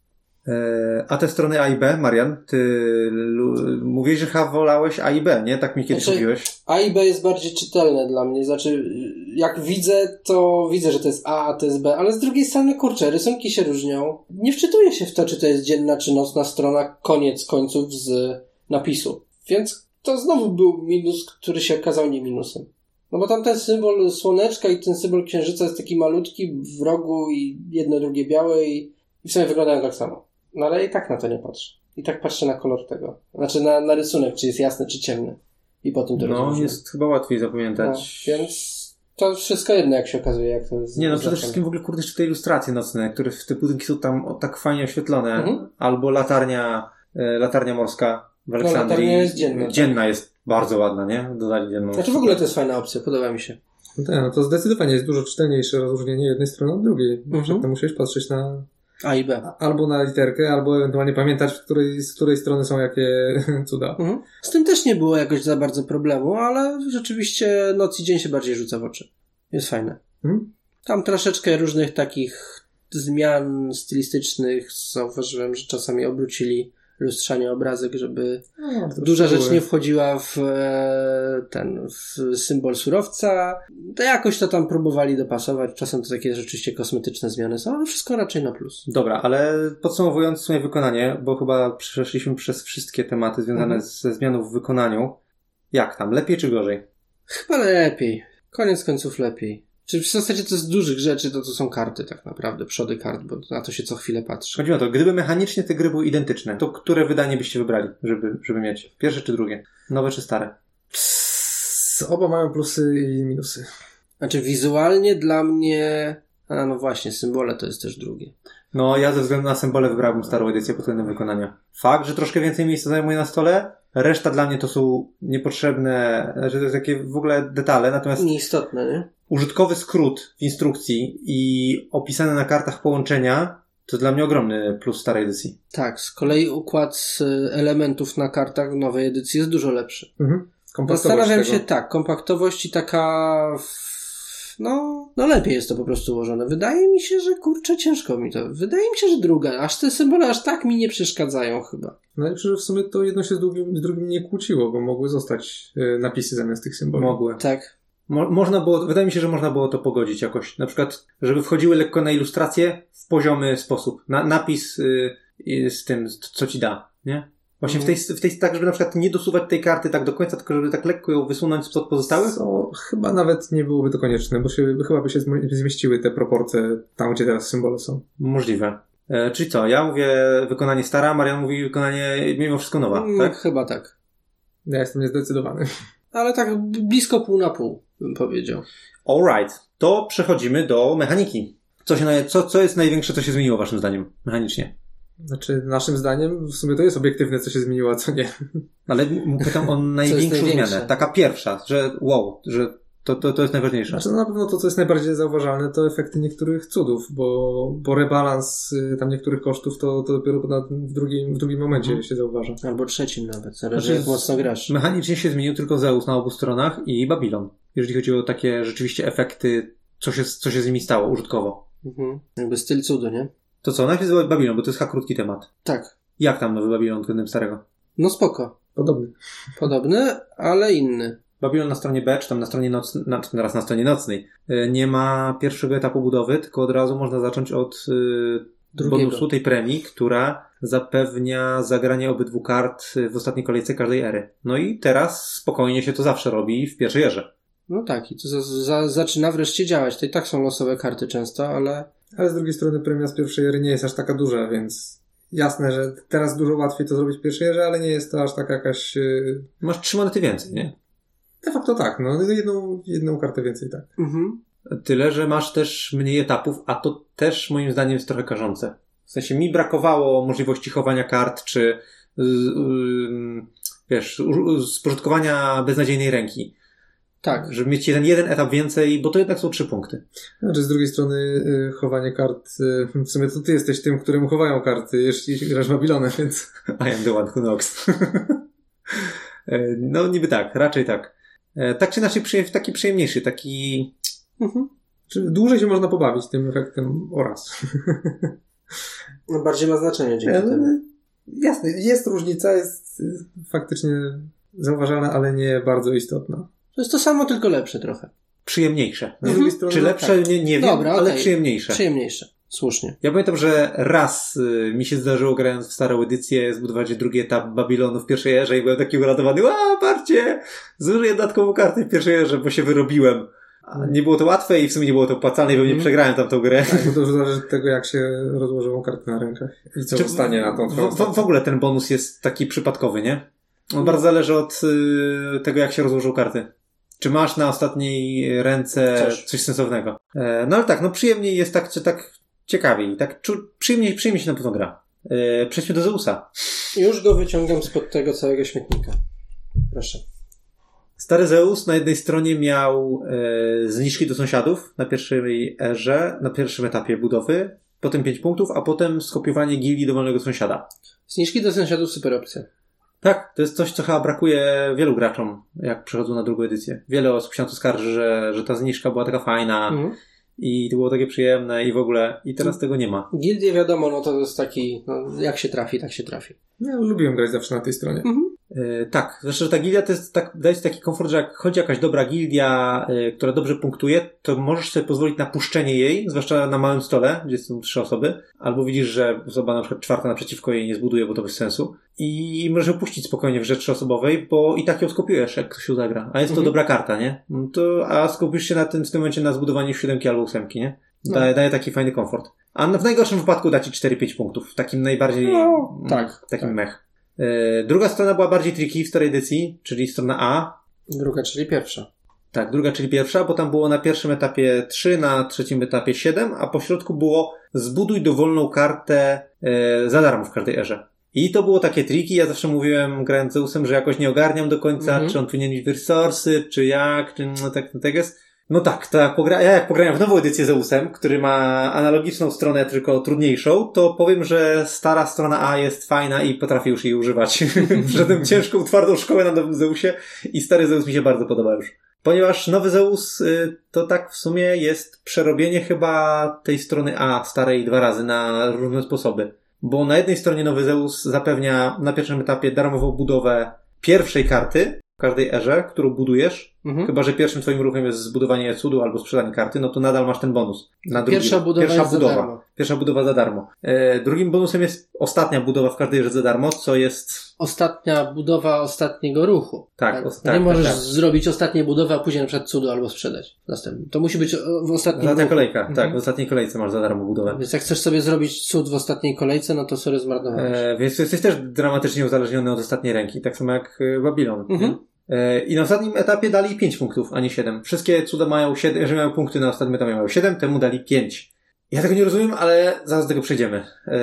E, a te strony A i B, Marian, ty l- mówisz, że chyba wolałeś A i B, nie? Tak mi kiedyś znaczy, mówiłeś. A i B jest bardziej czytelne dla mnie. Znaczy, jak widzę, to widzę, że to jest A, a to jest B, ale z drugiej strony, kurczę, rysunki się różnią. Nie wczytuję się w to, czy to jest dzienna, czy nocna strona, koniec końców z napisu. Więc to znowu był minus, który się okazał nie minusem. No bo tam ten symbol słoneczka i ten symbol księżyca jest taki malutki w rogu i jedno, drugie białe i, i w sumie wyglądają tak samo. No ale i tak na to nie patrzę. I tak patrzę na kolor tego. Znaczy na, na rysunek, czy jest jasny, czy ciemny. I potem to No, rozróżnię. jest chyba łatwiej zapamiętać. No, więc to wszystko jedno, jak się okazuje, jak to jest. Nie, no przede wszystkim w ogóle, kurde, jeszcze te ilustracje nocne, które w te budynki są tam o, tak fajnie oświetlone. Mhm. Albo latarnia, e, latarnia morska w Aleksandrii. No, latarnia jest dzienna. Dzienna tak? Jest bardzo ładna, nie? Dodali dzienną. Znaczy w ogóle to jest fajna opcja, podoba mi się. No tak, no to zdecydowanie jest dużo czytelniejsze rozróżnienie jednej strony od drugiej. Mhm. Przedtem musiałeś patrzeć na A i B. Albo na literkę, albo ewentualnie pamiętać, w której, z której strony są jakie cuda. Mhm. Z tym też nie było jakoś za bardzo problemu, ale rzeczywiście noc i dzień się bardziej rzuca w oczy. Jest fajne. Mhm. Tam troszeczkę różnych takich zmian stylistycznych zauważyłem, że czasami obrócili lustrzanie obrazek, żeby no, duża rzecz były. Nie wchodziła w ten, w symbol surowca. To jakoś to tam próbowali dopasować. Czasem to takie rzeczywiście kosmetyczne zmiany są, ale wszystko raczej na plus. Dobra, ale podsumowując swoje wykonanie, bo chyba przeszliśmy przez wszystkie tematy związane mhm. ze zmianą w wykonaniu. Jak tam? Lepiej czy gorzej? Chyba lepiej. Koniec końców lepiej. Czy w zasadzie to z dużych rzeczy to to są karty tak naprawdę, przody kart, bo na to się co chwilę patrzy. Chodzi o to, gdyby mechanicznie te gry były identyczne, to które wydanie byście wybrali, żeby, żeby mieć? Pierwsze czy drugie? Nowe czy stare? Psst, oba mają plusy i minusy. Znaczy wizualnie dla mnie... A no właśnie, symbole to jest też drugie. No ja ze względu na symbole wybrałbym starą edycję pod względem wykonania. Fakt, że troszkę więcej miejsca zajmuje na stole, reszta dla mnie to są niepotrzebne, znaczy to jest takie w ogóle detale, natomiast... Nieistotne, nie? Użytkowy skrót w instrukcji i opisane na kartach połączenia to dla mnie ogromny plus starej edycji. Tak, z kolei układ elementów na kartach w nowej edycji jest dużo lepszy. Mhm. Zastanawiam się, tak, kompaktowość i taka... No, no lepiej jest to po prostu ułożone. Wydaje mi się, że kurczę, ciężko mi to. Wydaje mi się, że druga. Aż te symbole aż tak mi nie przeszkadzają chyba. Najlepsze, że w sumie to jedno się z drugim, z drugim nie kłóciło, bo mogły zostać y, napisy zamiast tych symboli. Mogły. Tak. Mo- można było, wydaje mi się, że można było to pogodzić jakoś. Na przykład, żeby wchodziły lekko na ilustrację w poziomy sposób. Na, napis y, y, z tym, co ci da, nie? Właśnie mm. w, tej, w tej, tak, żeby na przykład nie dosuwać tej karty tak do końca, tylko żeby tak lekko ją wysunąć spod pozostałych? Co, chyba nawet nie byłoby to konieczne, bo się, chyba by się zmieściły te proporcje tam, gdzie teraz symbole są. Możliwe. E, czyli co? Ja mówię wykonanie stara, Marian mówi wykonanie mimo wszystko nowa, mm, tak? Chyba tak. Ja jestem niezdecydowany. Ale tak blisko pół na pół, bym powiedział. Alright. To przechodzimy do mechaniki. Co, się, co, co jest największe, co się zmieniło waszym zdaniem mechanicznie? Znaczy, naszym zdaniem w sumie to jest obiektywne, co się zmieniło, a co nie. Ale pytam o największą zmianę. Taka pierwsza, że wow, że To, to, to jest najważniejsze. Znaczy, no na pewno to, co jest najbardziej zauważalne, to efekty niektórych cudów, bo, bo rebalans tam niektórych kosztów to, to dopiero na, w, drugim, w drugim momencie hmm. się zauważa. Albo trzecim nawet, zależy znaczy, jak mocno grasz. Mechanicznie się zmienił tylko Zeus na obu stronach i Babylon. Jeżeli chodzi o takie rzeczywiście efekty, co się, co się z nimi stało użytkowo. Mhm. Jakby styl cudu, nie? To co? Najpierw jest Babylon, bo to jest krótki temat. Tak. Jak tam nowy Babylon względem starego? No spoko. Podobny. Podobny, ale inny. Babylon na stronie B, czy tam na stronie nocnej, na, teraz na stronie nocnej, nie ma pierwszego etapu budowy, tylko od razu można zacząć od y, bonusu tej premii, która zapewnia zagranie obydwu kart w ostatniej kolejce każdej ery. No i teraz spokojnie się to zawsze robi w pierwszej erze. No tak, i to za, za, zaczyna wreszcie działać. To i tak są losowe karty często, ale... Ale z drugiej strony premia z pierwszej ery nie jest aż taka duża, więc jasne, że teraz dużo łatwiej to zrobić w pierwszej erze, ale nie jest to aż taka jakaś... Yy... Masz trzy monety więcej, nie? De facto tak, no jedną, jedną kartę więcej, tak. Mhm. Tyle, że masz też mniej etapów, a to też moim zdaniem jest trochę karzące. W sensie mi brakowało możliwości chowania kart, czy yy, yy, wiesz, spożytkowania beznadziejnej ręki. Tak. Żeby mieć jeden, jeden etap więcej, bo to jednak są trzy punkty. Znaczy z drugiej strony yy, chowanie kart, yy, w sumie to ty jesteś tym, któremu chowają karty, jeśli grasz Babilonem, więc... I am the one who knocks. No niby tak, raczej tak. Tak czy inaczej przyjem- taki przyjemniejszy, taki... Mhm. Czy dłużej się można pobawić tym efektem oraz. No bardziej ma znaczenie dzięki temu. Jasne, jest różnica, jest faktycznie zauważalna, ale nie bardzo istotna. To jest to samo, tylko lepsze trochę. Przyjemniejsze. Z drugiej strony, czy lepsze? tak. Nie, nie Dobra, wiem, ale okay. przyjemniejsze. Przyjemniejsze. Słusznie. Ja pamiętam, że raz y, mi się zdarzyło, grając w starą edycję, zbudować drugi etap Babilonu w pierwszej erze i byłem taki uradowany, a parcie, zużyję dodatkową kartę w pierwszej erze, bo się wyrobiłem. A nie było to łatwe i w sumie nie było to opłacalne i pewnie mm. przegrałem tam tą grę. Tak, bo to już zależy od tego, jak się rozłożą karty na rękach i co zostanie na tą w, w, w ogóle ten bonus jest taki przypadkowy, nie? On mm. bardzo zależy od y, tego, jak się rozłożą karty. Czy masz na ostatniej ręce coś, coś sensownego. E, no ale tak, no przyjemniej jest tak, czy tak ciekawiej, tak czu, przyjemniej, przyjemniej się na pewno gra. E, przejdźmy do Zeusa. Już go wyciągam spod tego całego śmietnika. Proszę. Stary Zeus na jednej stronie miał e, zniżki do sąsiadów na pierwszej erze, na pierwszym etapie budowy, potem pięć punktów, a potem skopiowanie gildii dowolnego sąsiada. Zniżki do sąsiadów super opcja. Tak, to jest coś, co chyba brakuje wielu graczom, jak przechodzą na drugą edycję. Wiele osób się na to skarży, że, że ta zniżka była taka fajna mm. i to było takie przyjemne i w ogóle, i teraz tego nie ma. Gildie wiadomo, no to jest taki, no, jak się trafi, tak się trafi. Ja lubiłem grać zawsze na tej stronie. Mhm. Yy, tak, zresztą, że ta gildia to jest tak, daje ci taki komfort, że jak chodzi jakaś dobra gildia, yy, która dobrze punktuje, to możesz sobie pozwolić na puszczenie jej, zwłaszcza na małym stole, gdzie są trzy osoby, albo widzisz, że osoba na przykład czwarta naprzeciwko jej nie zbuduje, bo to bez sensu i możesz ją puścić spokojnie w grze trzyosobowej, bo i tak ją skopiujesz, jak ktoś ją zagra, a jest to mhm. dobra karta, nie? No to, a skupisz się na tym, w tym momencie na zbudowaniu siódemki albo ósemki, nie? Daje, no. daje taki fajny komfort. A w najgorszym wypadku da ci cztery pięć punktów, w takim najbardziej, no, tak, takim tak. mech. Druga strona była bardziej tricky w starej edycji, czyli strona A. Druga, czyli pierwsza. Tak, druga, czyli pierwsza, bo tam było na pierwszym etapie trzy, na trzecim etapie siedem, a po środku było zbuduj dowolną kartę e, za darmo w każdej erze. I to było takie tricky, ja zawsze mówiłem, grając Zeusem, że jakoś nie ogarniam do końca, mm-hmm. czy on powinien mieć resursy, czy jak, czy no tak, tak jest. No tak, to jak pogra- ja jak pograłem w nową edycję Zeusem, który ma analogiczną stronę, tylko trudniejszą, to powiem, że stara strona A jest fajna i potrafię już jej używać. Przeszedłem ciężką, twardą szkołę na nowym Zeusie i stary Zeus mi się bardzo podoba już. Ponieważ nowy Zeus y, to tak w sumie jest przerobienie chyba tej strony A starej dwa razy na różne sposoby. Bo na jednej stronie nowy Zeus zapewnia na pierwszym etapie darmową budowę pierwszej karty w każdej erze, którą budujesz. Mhm. Chyba że pierwszym twoim ruchem jest zbudowanie cudu albo sprzedanie karty, no to nadal masz ten bonus. Na drugi, Pierwsza budowa pierwsza jest budowa. za darmo. Pierwsza budowa za darmo. E, drugim bonusem jest ostatnia budowa w każdej erze za darmo, co jest... Ostatnia budowa ostatniego ruchu. Tak. tak? O, nie tak, możesz tak, tak. zrobić ostatniej budowy, a później na przykład cudu albo sprzedać. Następny. To musi być w ostatnim Ostatnia ruchu. kolejka, mhm. tak. W ostatniej kolejce masz za darmo budowę. Więc jak chcesz sobie zrobić cud w ostatniej kolejce, no to sorry, zmarnowałeś. E, więc jesteś też dramatycznie uzależniony od ostatniej ręki, tak samo jak Babylon. Mhm. I na ostatnim etapie dali pięć punktów, a nie siedem. Wszystkie cuda mają siedem, jeżeli mają punkty na ostatnim etapie mają siedem, temu dali pięć. Ja tego nie rozumiem, ale zaraz do tego przejdziemy.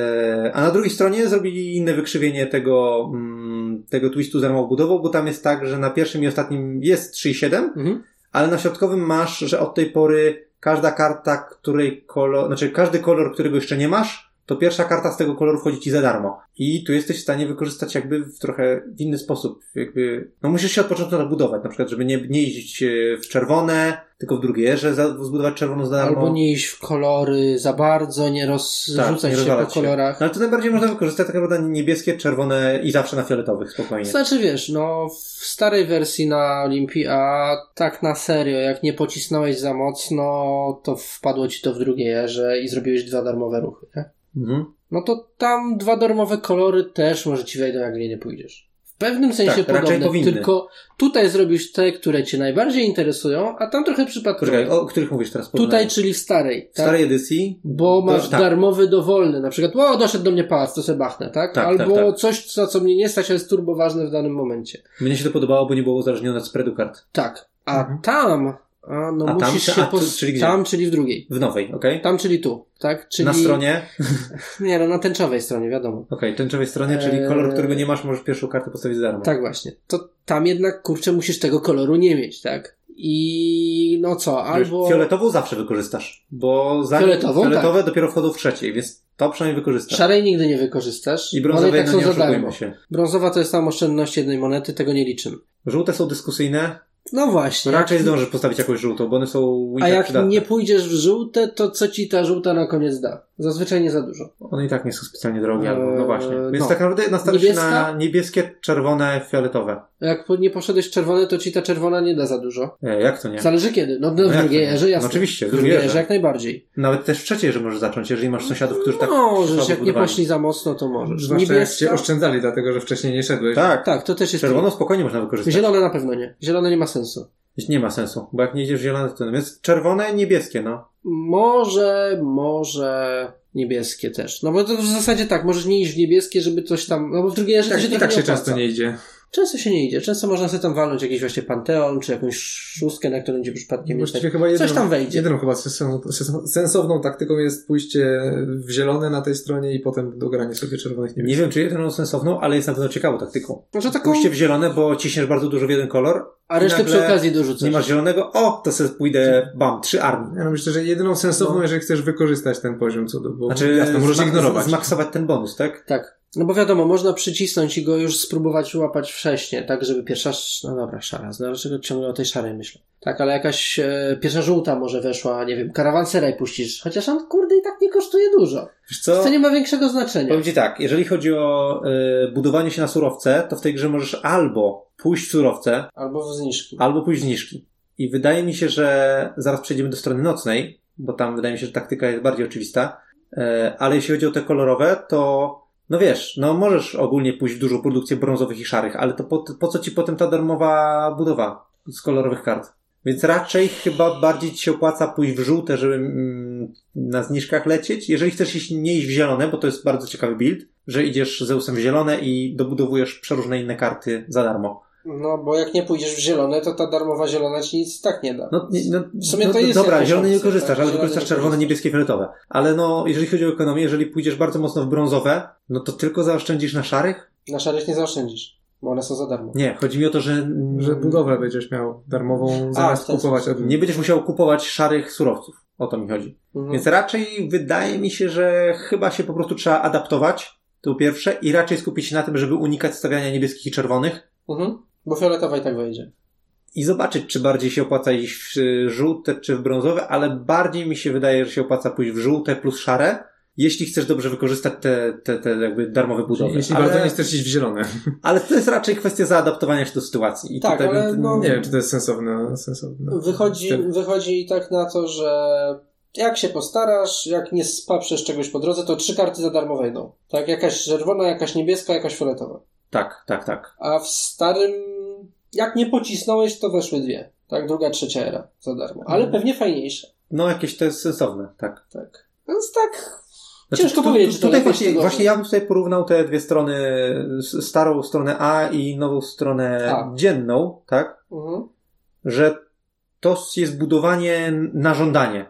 A na drugiej stronie zrobili inne wykrzywienie tego, tego twistu z darmową budową, bo tam jest tak, że na pierwszym i ostatnim jest trzy i siedem, mhm. ale na środkowym masz, że od tej pory każda karta, której kolor, znaczy każdy kolor, którego jeszcze nie masz, to pierwsza karta z tego koloru wchodzi ci za darmo. I tu jesteś w stanie wykorzystać jakby w trochę w inny sposób. Jakby, no musisz się od początku nabudować, na przykład, żeby nie, nie iść w czerwone, tylko w drugie, że za, zbudować czerwoną za darmo. Albo nie iść w kolory za bardzo, nie rozrzucać tak, nie się po kolorach. No ale to najbardziej można wykorzystać tak naprawdę niebieskie, czerwone i zawsze na fioletowych, spokojnie. Znaczy wiesz, no w starej wersji na Olimpii, a tak na serio, jak nie pocisnąłeś za mocno, to wpadło ci to w drugie erze i zrobiłeś dwa darmowe ruchy, nie? Mhm. No to tam dwa darmowe kolory też może ci wejdą, jak nie, nie pójdziesz. W pewnym sensie tak, podobne, tylko tutaj zrobisz te, które cię najbardziej interesują, a tam trochę przypadkowo. Poczekaj, o których mówisz teraz? Tutaj, czyli w starej. W tak? starej edycji? Bo masz to, tak. darmowy dowolny, na przykład, o, doszedł do mnie pałac, to se bachnę, tak? tak Albo tak, tak. coś, za co mnie nie stać, ale jest turbo ważne w danym momencie. Mnie się to podobało, bo nie było uzależnione od spreadu kart. Tak, a mhm. tam... A, no a musisz tam, się a, pos... czyli gdzie? Tam, czyli w drugiej. W nowej, okej. Okay. Tam, czyli tu, tak? Czyli... Na stronie? Nie, no na tęczowej stronie, wiadomo. Okej, okay, tęczowej stronie, czyli kolor, którego nie masz, możesz pierwszą kartę postawić za darmo. Tak właśnie. To tam jednak, kurczę, musisz tego koloru nie mieć, tak? I no co, albo... Wiesz, fioletową zawsze wykorzystasz, bo zanim Fioletową, fioletowe tak. dopiero wchodzą w trzeciej, więc to przynajmniej wykorzystasz. Szarej nigdy nie wykorzystasz. I brązowej tak no są nie za darmo. się. Brązowa to jest tam oszczędność jednej monety, tego nie liczymy. Żółte są dyskusyjne. No właśnie. Raczej zdążysz postawić jakąś żółtą, bo one są A jak przydatne. nie pójdziesz w żółte, to co ci ta żółta na koniec da? Zazwyczaj nie za dużo. One i tak nie są specjalnie drogie, eee, albo, no właśnie. Więc no. tak naprawdę nastawisz się na niebieskie, czerwone, fioletowe. Jak nie poszedłeś w czerwone, to ci ta czerwona nie da za dużo. E, jak to nie? Zależy kiedy. No, no w drugiej erze jasne. No oczywiście, w drugiej erze jak najbardziej. Nawet też w trzeciej erze możesz zacząć, jeżeli masz sąsiadów, którzy tak... Możesz, jak nie poszli za mocno, to możesz. Zwłaszcza Niebieska... jak cię oszczędzali, dlatego że wcześniej nie szedłeś. Tak, tak, to też jest... Czerwoną spokojnie można wykorzystać. Zielone na pewno nie. Zielone nie ma sensu. Nie ma sensu, bo jak nie idziesz w zielone, to więc czerwone, niebieskie, no. Może, może niebieskie też. No bo to w zasadzie tak, możesz nie iść w niebieskie, żeby coś tam, no bo w drugiej erze tak, się i tak się często nie idzie. Często się nie idzie. Często można sobie tam walnąć jakiś właśnie Panteon, czy jakąś szóstkę, na którą będzie przypadkiem mieć. Chyba jedną, coś tam wejdzie. Jedyną chyba sensowną taktyką jest pójście w zielone na tej stronie i potem dogranie sobie czerwonych niebieskich. Nie wiem, czy jedyną sensowną, ale jest na pewno ciekawą taktyką. Może taką... Pójście w zielone, bo ciśniesz bardzo dużo w jeden kolor. A resztę przy okazji dorzucasz. Nie masz zielonego, o, to sobie pójdę, bam, trzy armii. Ja myślę, że jedyną sensowną, no. jeżeli chcesz wykorzystać ten poziom cudu, bo znaczy, jasno, możesz zmak- ignorować. Zmaksować ten bonus, tak? Tak. No bo wiadomo, można przycisnąć i go już spróbować łapać wcześniej, tak, żeby pierwsza, no dobra, szara, dlaczego ciągle o tej szarej myślę? Tak, ale jakaś e, pierwsza żółta może weszła, nie wiem, karawanseraj puścisz, chociaż on, kurde, i tak nie kosztuje dużo. Wiesz co? To nie ma większego znaczenia. Powiem ci tak, jeżeli chodzi o y, budowanie się na surowce, to w tej grze możesz albo pójść w surowce, albo w zniżki. Albo pójść w zniżki. I wydaje mi się, że zaraz przejdziemy do strony nocnej, bo tam wydaje mi się, że taktyka jest bardziej oczywista, y, ale jeśli chodzi o te kolorowe, to no wiesz, no możesz ogólnie pójść w dużą produkcję brązowych i szarych, ale to po, po co ci potem ta darmowa budowa z kolorowych kart? Więc raczej chyba bardziej ci się opłaca pójść w żółte, żeby mm, na zniżkach lecieć. Jeżeli chcesz iść, nie iść w zielone, bo to jest bardzo ciekawy build, że idziesz Zeusem w zielone i dobudowujesz przeróżne inne karty za darmo. No, bo jak nie pójdziesz w zielone, to ta darmowa zielona ci nic tak nie da. No, nie, no, w sumie no, to jest dobra, zielone nie opcja, korzystasz, tak? ale wykorzystasz czerwone, niebieskie, fioletowe. Ale no, jeżeli chodzi o ekonomię, jeżeli pójdziesz bardzo mocno w brązowe, no to tylko zaoszczędzisz na szarych? Na szarych nie zaoszczędzisz, bo one są za darmo. Nie, chodzi mi o to, że... Że budowę będziesz miał darmową, zamiast A, kupować od... Nie będziesz musiał kupować szarych surowców. O to mi chodzi. Mhm. Więc raczej wydaje mi się, że chyba się po prostu trzeba adaptować, to pierwsze, i raczej skupić się na tym, żeby unikać stawiania niebieskich i czerwonych. Mhm. Bo fioletowa i tak wejdzie. I zobaczyć, czy bardziej się opłaca iść w żółte, czy w brązowe, ale bardziej mi się wydaje, że się opłaca pójść w żółte plus szare, jeśli chcesz dobrze wykorzystać te, te, te jakby darmowe budowy. Jeśli ale, bardzo nie chcesz iść w zielone. Ale to jest raczej kwestia zaadaptowania się do sytuacji. I tak, tutaj ale bym, no, nie wiem, czy to jest sensowne. sensowne. Wychodzi, wychodzi tak na to, że jak się postarasz, jak nie spaprzesz czegoś po drodze, to trzy karty za darmo wejdą. Tak, jakaś czerwona, jakaś niebieska, jakaś fioletowa. Tak, tak, tak. A w starym, jak nie pocisnąłeś, to weszły dwie. Tak, druga, trzecia era za darmo. Ale hmm. pewnie fajniejsze. No, jakieś to jest sensowne, tak. Tak. Więc tak, znaczy, ciężko tu, powiedzieć. Tutaj właśnie, właśnie ja bym tutaj porównał te dwie strony, starą stronę A i nową stronę A. dzienną, tak? Mhm. Że to jest budowanie na żądanie.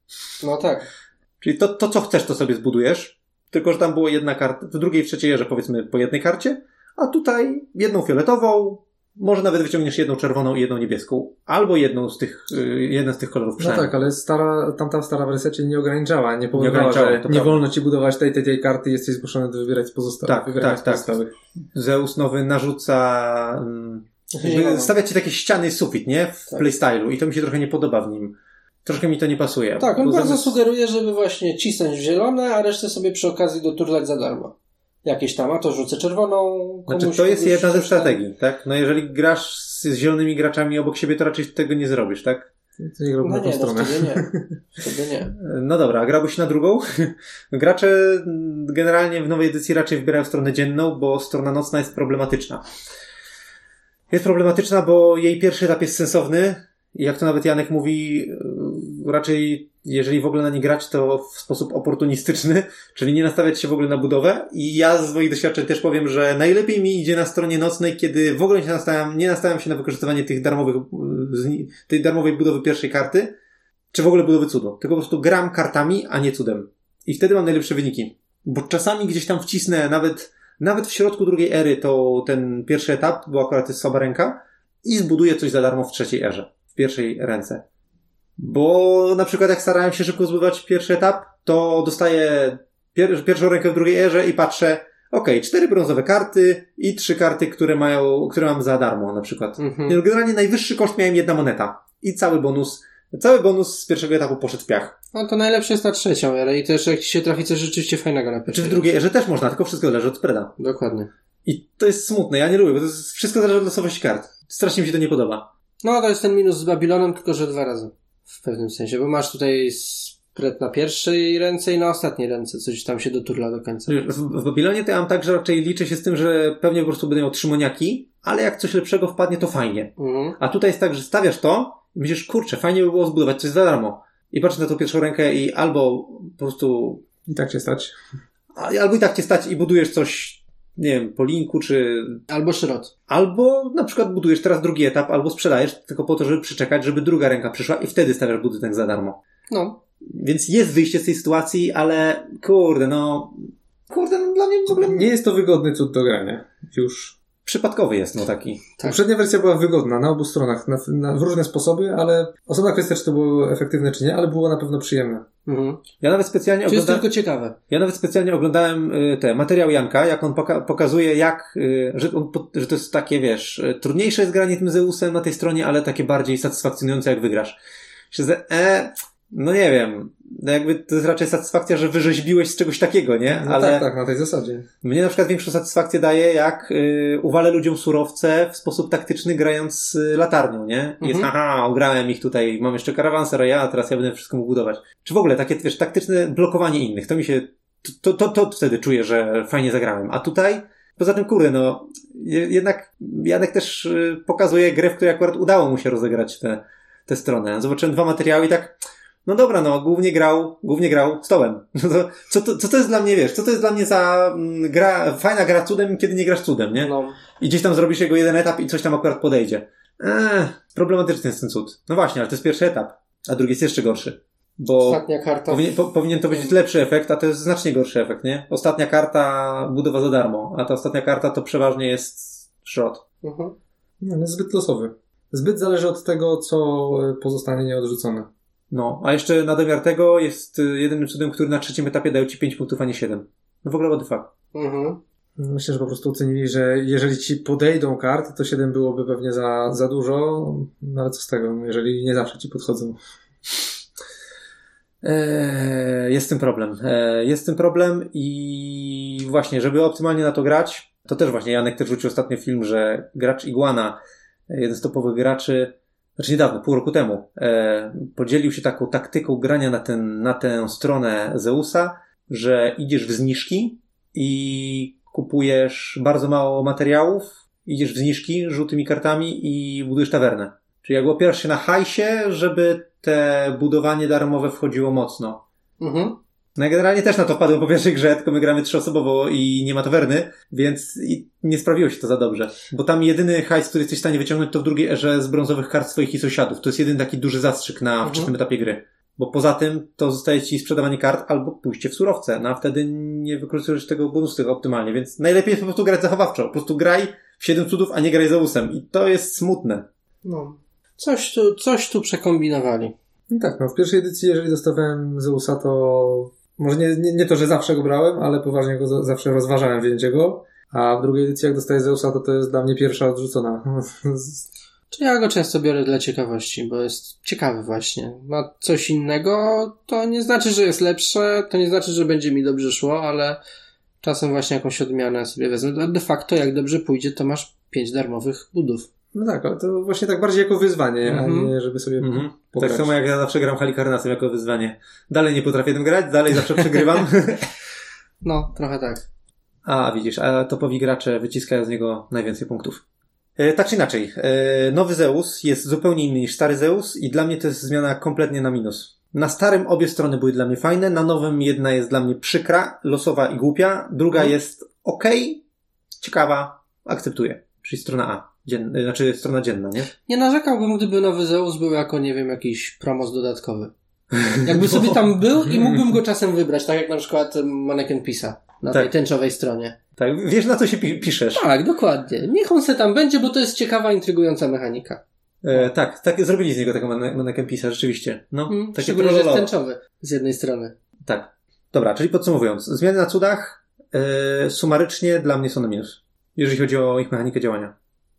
No tak. Czyli to, to, co chcesz, to sobie zbudujesz. Tylko, że tam było jedna karta, w drugiej, w trzeciej erze powiedzmy po jednej karcie, a tutaj jedną fioletową, może nawet wyciągniesz jedną czerwoną i jedną niebieską. Albo jedną z tych, jeden z tych kolorów przynajmniej. No tak, ale stara, tamta stara wersja cię nie ograniczała, nie powodowała, że nie prawda. wolno ci budować tej, tej, tej karty, jesteś zmuszony do wybierać z pozostałych. Tak, tak, tak. Pozostałych. Zeus nowy narzuca... Um, stawia ci takie ściany i sufit, nie? W tak. playstylu i to mi się trochę nie podoba w nim. Troszkę mi to nie pasuje. Tak, on bardzo zamiast... sugeruje, żeby właśnie cisnąć w zielone, a resztę sobie przy okazji doturlać za darmo. Jakieś tam, a to rzucę czerwoną. Znaczy to jest jedna ze strategii, tam. tak? No jeżeli grasz z zielonymi graczami obok siebie, to raczej tego nie zrobisz, tak? To nie robię no na tą nie, stronę. No wtedy nie. Wtedy nie. No dobra, a grałbyś na drugą? Gracze generalnie w nowej edycji raczej wybierają stronę dzienną, bo strona nocna jest problematyczna. Jest problematyczna, bo jej pierwszy etap jest sensowny. I jak to nawet Janek mówi, raczej jeżeli w ogóle na nie grać, to w sposób oportunistyczny, czyli nie nastawiać się w ogóle na budowę. I ja z moich doświadczeń też powiem, że najlepiej mi idzie na stronie nocnej, kiedy w ogóle nie nastawiam, nie nastawiam się na wykorzystywanie tych darmowych, tej darmowej budowy pierwszej karty, czy w ogóle budowy cudu. Tylko po prostu gram kartami, a nie cudem. I wtedy mam najlepsze wyniki. Bo czasami gdzieś tam wcisnę, nawet, nawet w środku drugiej ery, to ten pierwszy etap, bo akurat jest słaba ręka, i zbuduję coś za darmo w trzeciej erze. W pierwszej ręce. Bo na przykład jak starałem się szybko zbudować pierwszy etap, to dostaję pier- pierwszą rękę w drugiej erze i patrzę, okej, okay, cztery brązowe karty i trzy karty, które mają, które mam za darmo na przykład. Mm-hmm. Generalnie najwyższy koszt miałem jedna moneta. I cały bonus, cały bonus z pierwszego etapu poszedł w piach. No to najlepsze jest na trzecią erę i też jak ci się trafi coś rzeczywiście fajnego na pierwszej. Czy w drugiej erze też można, tylko wszystko zależy od spreada. Dokładnie. I to jest smutne, ja nie lubię, bo to jest, wszystko zależy od losowości kart. Strasznie mi się to nie podoba. No, to jest ten minus z Babilonem, tylko że dwa razy. W pewnym sensie, bo masz tutaj spread na pierwszej ręce i na ostatniej ręce. Coś tam się doturla do końca. W, w Babilonie to ja mam tak, że raczej liczę się z tym, że pewnie po prostu będę miał trzy moniaki, ale jak coś lepszego wpadnie, to fajnie. Mhm. A tutaj jest tak, że stawiasz to i myślisz, kurczę, fajnie by było zbudować coś za darmo. I patrzysz na tą pierwszą rękę i albo po prostu... I tak cię stać. Albo i tak cię stać i budujesz coś... nie wiem, po linku, czy... Albo szrot. Albo na przykład budujesz teraz drugi etap, albo sprzedajesz tylko po to, żeby przyczekać, żeby druga ręka przyszła i wtedy stawiasz budynek za darmo. No. Więc jest wyjście z tej sytuacji, ale kurde, no... Kurde, no dla mnie w ogóle... Nie jest to wygodny cud do grania. Już... Przypadkowy jest, no taki. Tak. Poprzednia wersja była wygodna na obu stronach, na, na, w różne sposoby, ale osobna kwestia, czy to było efektywne, czy nie, ale było na pewno przyjemne. Mhm. Ja nawet specjalnie oglądałem... To jest tylko ciekawe. Ja nawet specjalnie oglądałem y, te materiał Janka, jak on poka- pokazuje, jak, y, że, on, po, że to jest takie, wiesz, y, trudniejsze jest granie tym Zeusem na tej stronie, ale takie bardziej satysfakcjonujące, jak wygrasz. Się z, e, no nie wiem, no jakby to jest raczej satysfakcja, że wyrzeźbiłeś z czegoś takiego, nie? No ale tak, tak, na tej zasadzie. Mnie na przykład większą satysfakcję daje, jak y, uwalę ludziom surowce w sposób taktyczny, grając y, latarnią, nie? I mhm. jest, aha, ograłem ich tutaj, mam jeszcze karawanser, a ja teraz ja będę wszystko mógł budować. Czy w ogóle takie, wiesz, taktyczne blokowanie innych, to mi się, to, to, to, to wtedy czuję, że fajnie zagrałem. A tutaj, poza tym, kurde, no, jednak Janek też y, pokazuje grę, w której akurat udało mu się rozegrać tę te, te stronę. Zobaczyłem dwa materiały i tak... No dobra, no, głównie grał, głównie grał stołem. No to, co, to, co to jest dla mnie, wiesz, co to jest dla mnie za mm, gra, fajna gra cudem, kiedy nie grasz cudem, nie? No. I gdzieś tam zrobisz jego jeden etap i coś tam akurat podejdzie. Eee, problematyczny jest ten cud. No właśnie, ale to jest pierwszy etap, a drugi jest jeszcze gorszy. Bo ostatnia karta. Powinien, po, powinien to być lepszy efekt, a to jest znacznie gorszy efekt, nie? Ostatnia karta, budowa za darmo, a ta ostatnia karta to przeważnie jest szrot. Mhm. No, jest zbyt losowy. Zbyt zależy od tego, co pozostanie nieodrzucone. No, a jeszcze na domiar tego jest jedynym cudem, który na trzecim etapie daje ci pięć punktów, a nie siedem. No w ogóle what the fuck. Mhm. Myślę, że po prostu ocenili, że jeżeli ci podejdą karty, to siedem byłoby pewnie za, za dużo, no ale co z tego, jeżeli nie zawsze ci podchodzą. Eee, jest z tym problem. Eee, jest z tym problem i właśnie, żeby optymalnie na to grać, to też właśnie Janek też rzucił ostatnio film, że gracz Iguana, jeden z topowych graczy, znaczy niedawno, pół roku temu, e, podzielił się taką taktyką grania na, ten, na tę stronę Zeusa, że idziesz w zniżki i kupujesz bardzo mało materiałów, idziesz w zniżki żółtymi kartami i budujesz tawernę. Czyli jakby opierasz się na hajsie, żeby te budowanie darmowe wchodziło mocno. Mhm. No i generalnie też na to wpadłem po pierwszej grze, tylko my gramy trzyosobowo i nie ma tawerny, więc i nie sprawiło się to za dobrze. Bo tam jedyny hajs, który jesteś w stanie wyciągnąć, to w drugiej erze z brązowych kart swoich i sąsiadów. To jest jedyny taki duży zastrzyk na mhm. wczesnym etapie gry. Bo poza tym to zostaje ci sprzedawanie kart albo pójście w surowce, no a wtedy nie wykorzystujesz tego bonusu optymalnie, więc najlepiej jest po prostu grać zachowawczo. Po prostu graj w Siedem Cudów, a nie graj Zeusem. I to jest smutne. No. Coś tu, coś tu przekombinowali. No tak, no w pierwszej edycji, jeżeli dostawałem Zeusa, to może nie, nie, nie to, że zawsze go brałem, ale poważnie go z- zawsze rozważałem wzięcie go. A w drugiej edycji, jak dostaję Zeusa, to to jest dla mnie pierwsza odrzucona. Czy ja go często biorę dla ciekawości, bo jest ciekawy właśnie. Ma coś innego, to nie znaczy, że jest lepsze, to nie znaczy, że będzie mi dobrze szło, ale czasem właśnie jakąś odmianę sobie wezmę. De facto, jak dobrze pójdzie, to masz pięć darmowych budów. No tak, ale to właśnie tak bardziej jako wyzwanie, Mhm. a nie żeby sobie Mhm. pograć. Tak samo jak ja zawsze gram Halikarnasem jako wyzwanie. Dalej nie potrafię tym grać, dalej zawsze przegrywam. No, trochę tak. A, widzisz, a topowi gracze wyciskają z niego najwięcej punktów. E, tak czy inaczej, e, nowy Zeus jest zupełnie inny niż stary Zeus i dla mnie to jest zmiana kompletnie na minus. Na starym obie strony były dla mnie fajne, na nowym jedna jest dla mnie przykra, losowa i głupia, druga Mhm. jest okej, ciekawa, akceptuję. Czyli strona A, dzien, znaczy strona dzienna, nie? Nie narzekałbym, gdyby nowy Zeus był jako, nie wiem, jakiś promos dodatkowy. Jakby sobie tam był i mógłbym go czasem wybrać, tak jak na przykład Mannequin Pisa na Tak. tej tęczowej stronie. Tak, wiesz na co się pi- piszesz. Tak, dokładnie. Niech on se tam będzie, bo to jest ciekawa, intrygująca mechanika. E, tak, tak, zrobili z niego taką Mannequin Pisa, rzeczywiście. No, Mm, takie szczególnie, że jest prololowe. tęczowy z jednej strony. Tak. Dobra, czyli podsumowując, zmiany na cudach e, sumarycznie dla mnie są na minus, jeżeli chodzi o ich mechanikę działania.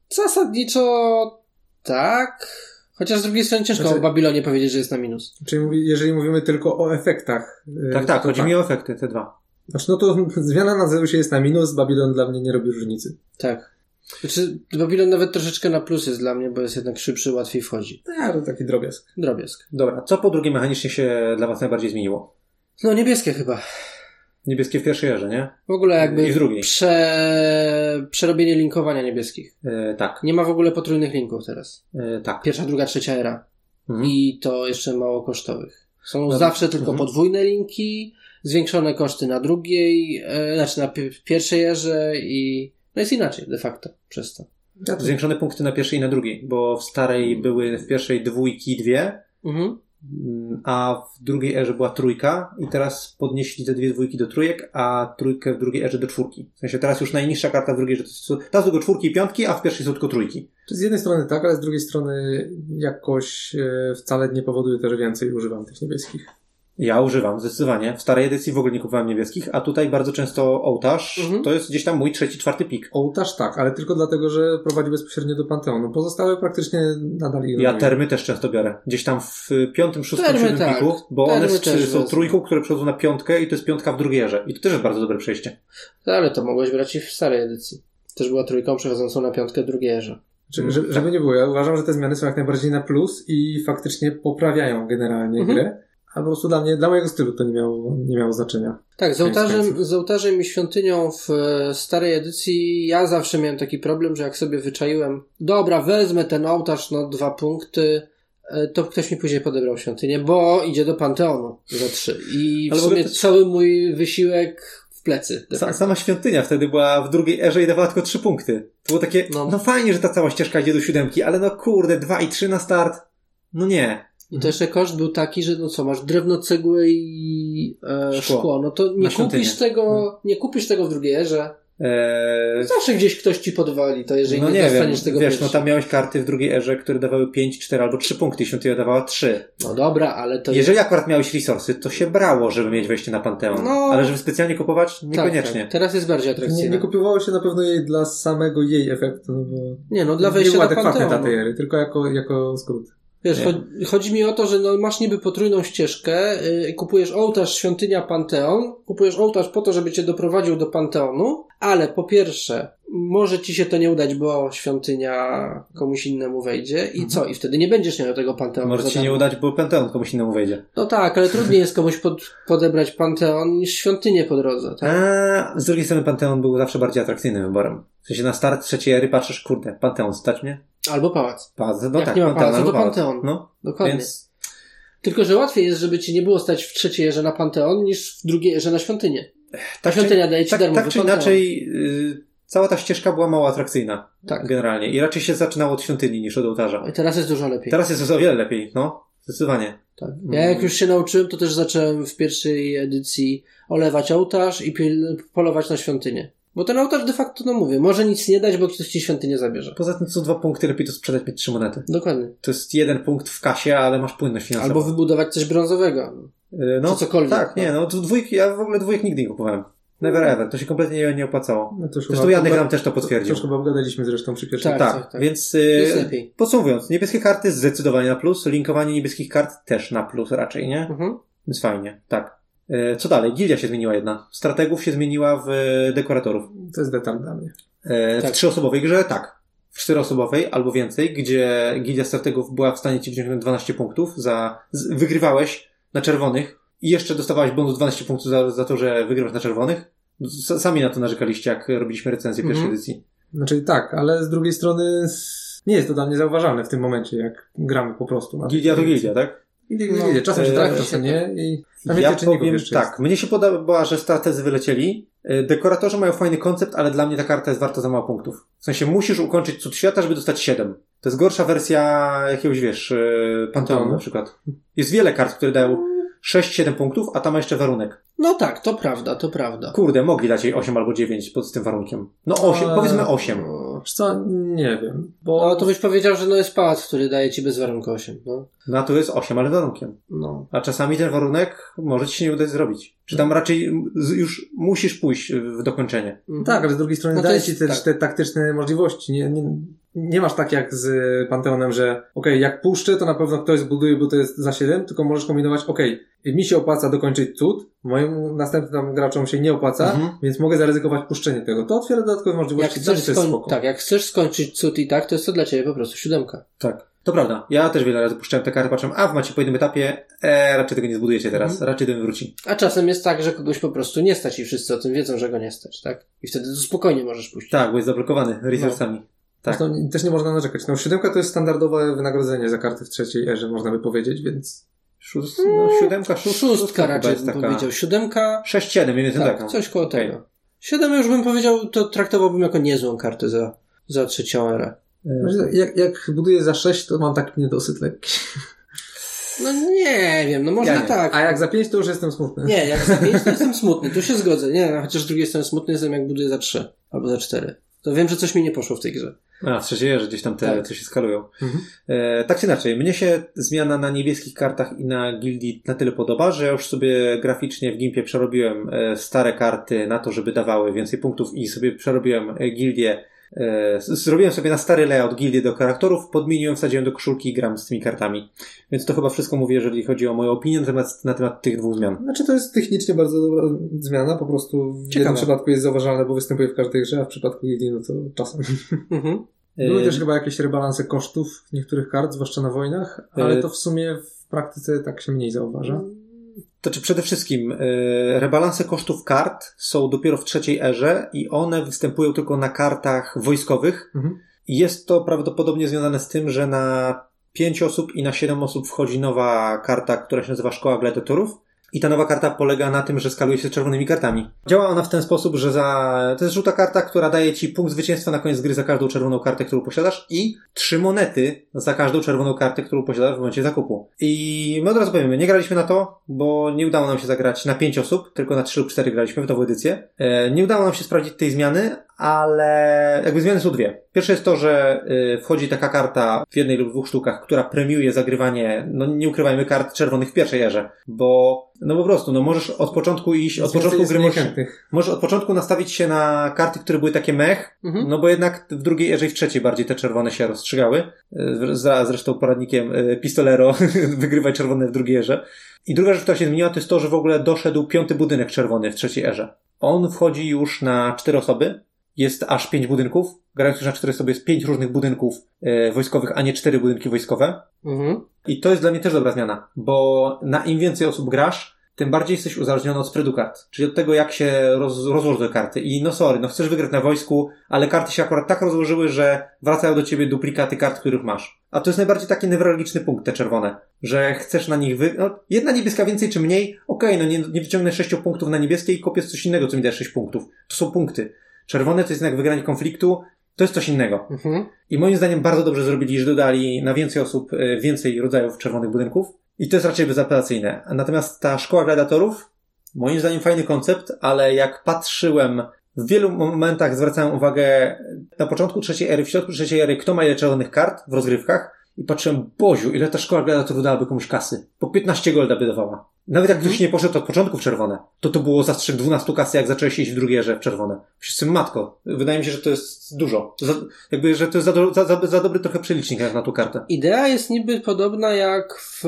Zasadniczo tak. Chociaż z drugiej strony ciężko Znaczy- o Babilonie powiedzieć, że jest na minus. Czyli mówi, jeżeli mówimy tylko o efektach. yy, Tak, tak, to chodzi mi o efekty, te dwa. Znaczy, no to zmiana na Zeusie jest na minus, Babilon dla mnie nie robi różnicy. Tak. Znaczy, Babilon nawet troszeczkę na plus jest dla mnie, bo jest jednak szybszy, łatwiej wchodzi. Tak, to taki drobiazg. Drobiazg. Dobra, co po drugie mechanicznie się dla was najbardziej zmieniło? No niebieskie chyba. Niebieskie w pierwszej erze, nie? W ogóle jakby I w drugiej. Prze... przerobienie linkowania niebieskich. E, tak, Nie ma w ogóle potrójnych linków teraz. e, tak. Pierwsza, druga, trzecia era. Mhm. I to jeszcze mało kosztowych. Są No, zawsze tylko mhm. podwójne linki, zwiększone koszty na drugiej, e, znaczy na pi- pierwszej erze i no jest inaczej de facto przez to. Ja to, Zwiększone punkty na pierwszej i na drugiej, bo w starej były w pierwszej dwójki dwie, Mhm. a w drugiej erze była trójka i teraz podnieśli te dwie dwójki do trójek, a trójkę w drugiej erze do czwórki. W sensie teraz już najniższa karta w drugiej, że to są, teraz tylko czwórki i piątki, a w pierwszej są tylko trójki. z jednej strony tak, ale z drugiej strony jakoś e, wcale nie powoduje to, że więcej używam tych niebieskich. Ja używam, zdecydowanie. W starej edycji w ogóle nie kupowałem niebieskich, a tutaj bardzo często ołtarz, Mhm. to jest gdzieś tam mój trzeci, czwarty pik. Ołtarz tak, ale tylko dlatego, że prowadzi bezpośrednio do Panteonu. Pozostałe praktycznie nadal ignoruję. Ja termy też często biorę. Gdzieś tam w piątym, szóstym, Termy siódmym tak. piku, bo Termy one też są wezmę. trójką, które przechodzą na piątkę i to jest piątka w drugiej erze. I to też jest bardzo dobre przejście. Ale to mogłeś brać i w starej edycji. Też była trójką przechodzącą na piątkę w drugiej erze. Czy, żeby, żeby nie było, ja uważam, że te zmiany są jak najbardziej na plus i faktycznie poprawiają generalnie Mhm. grę. A po prostu dla mnie, dla mojego stylu to nie miało, nie miało znaczenia. Tak, z Koniec ołtarzem, końców. z ołtarzem i świątynią w e, starej edycji ja zawsze miałem taki problem, że jak sobie wyczaiłem, dobra, wezmę ten ołtarz na dwa punkty, e, to ktoś mi później podebrał świątynię, bo idzie do Panteonu za trzy. I w Ale w ogóle sumie to- cały mój wysiłek w plecy. de Sa- facto. sama świątynia wtedy była w drugiej erze i dawała tylko trzy punkty. To było takie, No. no, fajnie, że ta cała ścieżka idzie do siódemki, ale no kurde, dwa i trzy na start. No nie. I to jeszcze koszt był taki, że no co, masz drewno, cegłę i e, Szkło. szkło. No to nie Na świątynię. kupisz tego, nie kupisz tego w drugiej erze. Eee, Zawsze gdzieś ktoś ci podwali to, jeżeli no nie, nie wiem, dostaniesz tego wiesz, no pierwszy. tam miałeś karty w drugiej erze, które dawały pięć, cztery albo trzy punkty i świątynia dawała trzy. No dobra, ale to Jeżeli akurat miałeś resursy, to się brało, żeby mieć wejście na Panteon. No. Ale żeby specjalnie kupować, Tak, niekoniecznie. tak. Teraz jest bardziej Nie, atrakcyjne. nie kupowało się na pewno jej dla samego jej efektu, no bo Nie, no dla nie wejścia był do adekwatny dla Panteonu. tej ery, tylko jako, jako skrót. Wiesz, Nie. chodzi, chodzi mi o to, że no, masz niby potrójną ścieżkę, yy, kupujesz ołtarz, świątynia, Panteon, kupujesz ołtarz po to, żeby cię doprowadził do Panteonu, ale po pierwsze, może ci się to nie udać, bo świątynia komuś innemu wejdzie i co? I wtedy nie będziesz miał tego Panteonu. Może za ci się nie darmo. udać, bo Panteon komuś innemu wejdzie. No tak, ale trudniej jest komuś pod, podebrać Panteon niż świątynię po drodze, tak? A z drugiej strony Panteon był zawsze bardziej atrakcyjnym wyborem. W sensie na start trzeciej ery patrzysz, kurde, Panteon stać mnie? Albo pałac. Pałac, no Jak tak, nie ma Panteon, pałacu, albo to pałac. Panteon. No, Dokładnie. więc Tylko, że łatwiej jest, żeby ci nie było stać w trzeciej erze na Panteon niż w drugiej erze na świątynię. Ta tak świątynia czy, daje ci tak, darmowy tak czy Panteon. inaczej y, cała ta ścieżka była mało atrakcyjna. Tak. Generalnie. I raczej się zaczynało od świątyni niż od ołtarza. I teraz jest dużo lepiej. Teraz jest o wiele lepiej, no. Zdecydowanie. Tak. Ja jak już się nauczyłem, to też zacząłem w pierwszej edycji olewać ołtarz i pil- polować na świątynię. Bo ten ołtarz de facto, no mówię, może nic nie dać, bo ktoś ci świątynię zabierze. Poza tym co dwa punkty, lepiej to sprzedać, mieć trzy monety. Dokładnie. To jest jeden punkt w kasie, ale masz płynność finansową. Albo wybudować coś brązowego. No, czy cokolwiek. Tak, nie, no to dwójki, ja w ogóle dwójek nigdy nie kupowałem. Never ever. To się kompletnie nie, nie opłacało. No to zresztą Janek nam też to potwierdził. To już chyba obgadaliśmy zresztą przy pierwszym. Tak, tak, tak. Więc yy, podsumowując, niebieskie karty zdecydowanie na plus, linkowanie niebieskich kart też na plus raczej, nie? Mhm. Więc fajnie, tak. Yy, co dalej? Gildia się zmieniła jedna. Strategów się zmieniła w dekoratorów. To jest detal dla mnie. Yy, tak. W trzyosobowej grze tak. W czteroosobowej albo więcej, gdzie Gildia Strategów była w stanie ci wziąć dwanaście punktów za... Z, wygrywałeś na czerwonych i jeszcze dostawałeś bonus dwanaście punktów za, za to, że wygrywasz na czerwonych. Sami na to narzekaliście, jak robiliśmy recenzję pierwszej mm. edycji. Znaczy tak, ale z drugiej strony nie jest to dla mnie zauważalne w tym momencie, jak gramy po prostu. Na Gildia to Gildia, tak? Gildia to Gildia. Czasem się trafi, czasem nie. I ja powiem tak, jest. Mnie się podoba, że strategzy wylecieli. Dekoratorzy mają fajny koncept, ale dla mnie ta karta jest warta za mało punktów. W sensie musisz ukończyć cud świata, żeby dostać siedem. To jest gorsza wersja jakiegoś, wiesz, Panteonu na przykład. Jest wiele kart, które dają sześć siedem punktów, a tam ma jeszcze warunek. No tak, to prawda, to prawda. Kurde, mogli dać jej osiem albo dziewięć pod tym warunkiem. No osiem, eee, powiedzmy osiem. Co? Nie wiem. Bo... No to byś powiedział, że no jest pałac, który daje ci bez warunku osiem. No, no to jest osiem, ale warunkiem. No. A czasami ten warunek może ci się nie udać zrobić. Czy tam raczej już musisz pójść w dokończenie. Mhm. Tak, ale z drugiej strony no daje jest, ci też tak. te taktyczne możliwości. Nie, nie, nie masz tak jak z Panteonem, że okej, okay, jak puszczę, to na pewno ktoś zbuduje, bo to jest za siedem, tylko możesz kombinować, okej, okay, mi się opłaca dokończyć cud, moim następnym graczom się nie opłaca, mhm. więc mogę zaryzykować puszczenie tego. To otwiera dodatkowe możliwości. Jak chcesz skoń- tak, jak chcesz skończyć cud i tak, to jest to dla ciebie po prostu siódemka. Tak. To prawda. Ja też wiele razy puszczałem te karty, patrzę, a w macie po jednym etapie, e, raczej tego nie zbudujecie teraz, mhm. raczej do mnie wróci. A czasem jest tak, że kogoś po prostu nie stać i wszyscy o tym wiedzą, że go nie stać, tak? I wtedy to spokojnie możesz puścić. Tak, bo jest zablokowany resursami. No. Tak. Zresztą też nie można narzekać. No siódemka to jest standardowe wynagrodzenie za karty w trzeciej erze, można by powiedzieć, więc... Szóst, no siódemka, szóst, szóstka, szóstka raczej bym taka... powiedział. Siódemka... Sześć, siedem, mniej więcej tak. Tak, coś koło tego. Okay. Siedem już bym powiedział, to traktowałbym jako niezłą kartę za, za trzecią erę. Jak, jak buduję za sześć, to mam taki niedosyt lekki. No nie wiem, no może ja tak. A jak za pięć, to już jestem smutny. Nie, jak za pięć, to jestem smutny. Tu się zgodzę. Nie, chociaż z drugiej strony smutny jestem, jak buduję za trzy albo za cztery. To wiem, że coś mi nie poszło w tej grze. A, w trzeciej erze gdzieś tam te, tak. te się skalują. Mhm. E, tak czy inaczej, mnie się zmiana na niebieskich kartach i na gildii na tyle podoba, że ja już sobie graficznie w Gimpie przerobiłem e, stare karty na to, żeby dawały więcej punktów i sobie przerobiłem e, gildię. E, zrobiłem sobie na stary layout gildię do charakterów, podmieniłem, wsadziłem do koszulki i gram z tymi kartami. Więc to chyba wszystko mówię, jeżeli chodzi o moją opinię na temat, na temat tych dwóch zmian. Znaczy to jest technicznie bardzo dobra zmiana, po prostu w Ciekawe. jednym przypadku jest zauważalne, bo występuje w każdej grze, a w przypadku gildii no to czasem. Mhm. Były też chyba jakieś rebalanse kosztów niektórych kart, zwłaszcza na wojnach, ale to w sumie w praktyce tak się mniej zauważa. To czy przede wszystkim yy, rebalanse kosztów kart są dopiero w trzeciej erze i one występują tylko na kartach wojskowych. Mhm. I jest to prawdopodobnie związane z tym, że na pięć osób i na siedem osób wchodzi nowa karta, która się nazywa Szkoła Gladiatorów. I ta nowa karta polega na tym, że skaluje się czerwonymi kartami. Działa ona w ten sposób, że za... to jest żółta karta, która daje ci punkt zwycięstwa na koniec gry za każdą czerwoną kartę, którą posiadasz i trzy monety za każdą czerwoną kartę, którą posiadasz w momencie zakupu. I my od razu powiemy, nie graliśmy na to, bo nie udało nam się zagrać na pięć osób, tylko na trzy lub cztery graliśmy w nową edycję. Nie udało nam się sprawdzić tej zmiany, ale jakby zmiany są dwie. Pierwsze jest to, że y, wchodzi taka karta w jednej lub dwóch sztukach, która premiuje zagrywanie, no nie ukrywajmy, kart czerwonych w pierwszej erze, bo no po prostu, no możesz od początku iść, od początku gry możesz, możesz od początku nastawić się na karty, które były takie mech, mhm. no bo jednak w drugiej erze i w trzeciej bardziej te czerwone się rozstrzygały. Z, zresztą poradnikiem y, Pistolero wygrywaj czerwone w drugiej erze. I druga rzecz, która się zmieniła, to jest to, że w ogóle doszedł piąty budynek czerwony w trzeciej erze. On wchodzi już na cztery osoby. Jest aż pięć budynków. Grając już na cztery osoby jest pięć różnych budynków e, wojskowych, a nie cztery budynki wojskowe. Mhm. I to jest dla mnie też dobra zmiana, bo na im więcej osób grasz, tym bardziej jesteś uzależniony od spreadu kart. Czyli od tego, jak się roz, rozłożą te karty. I no sorry, no chcesz wygrać na wojsku, ale karty się akurat tak rozłożyły, że wracają do ciebie duplikaty kart, których masz. A to jest najbardziej taki newralgiczny punkt, te czerwone. Że chcesz na nich wy... No, jedna niebieska więcej czy mniej, okej, okay, no nie, nie wyciągnę sześciu punktów na niebieskie i kopię coś innego, co mi daje sześć punktów. To są punkty. Czerwone to jest jednak wygranie konfliktu, to jest coś innego. Mhm. I moim zdaniem bardzo dobrze zrobili, że dodali na więcej osób więcej rodzajów czerwonych budynków. I to jest raczej bezapelacyjne. Natomiast ta Szkoła Gladiatorów, moim zdaniem fajny koncept, ale jak patrzyłem w wielu momentach zwracałem uwagę na początku trzeciej ery, w środku trzeciej ery, kto ma ile czerwonych kart w rozgrywkach i patrzyłem, Boziu, ile ta szkoła gladiatorów dałaby komuś kasy. Po piętnaście golda by dawała. Nawet jak ktoś nie poszedł od początku w czerwone, to to było zastrzyk dwunastu kasy, jak zacząłeś iść w drugiej erze w czerwone. Wszyscy, matko, wydaje mi się, że to jest dużo. Za, jakby, że to jest za, do, za, za, za dobry trochę przelicznik jak na tą kartę. Idea jest niby podobna jak w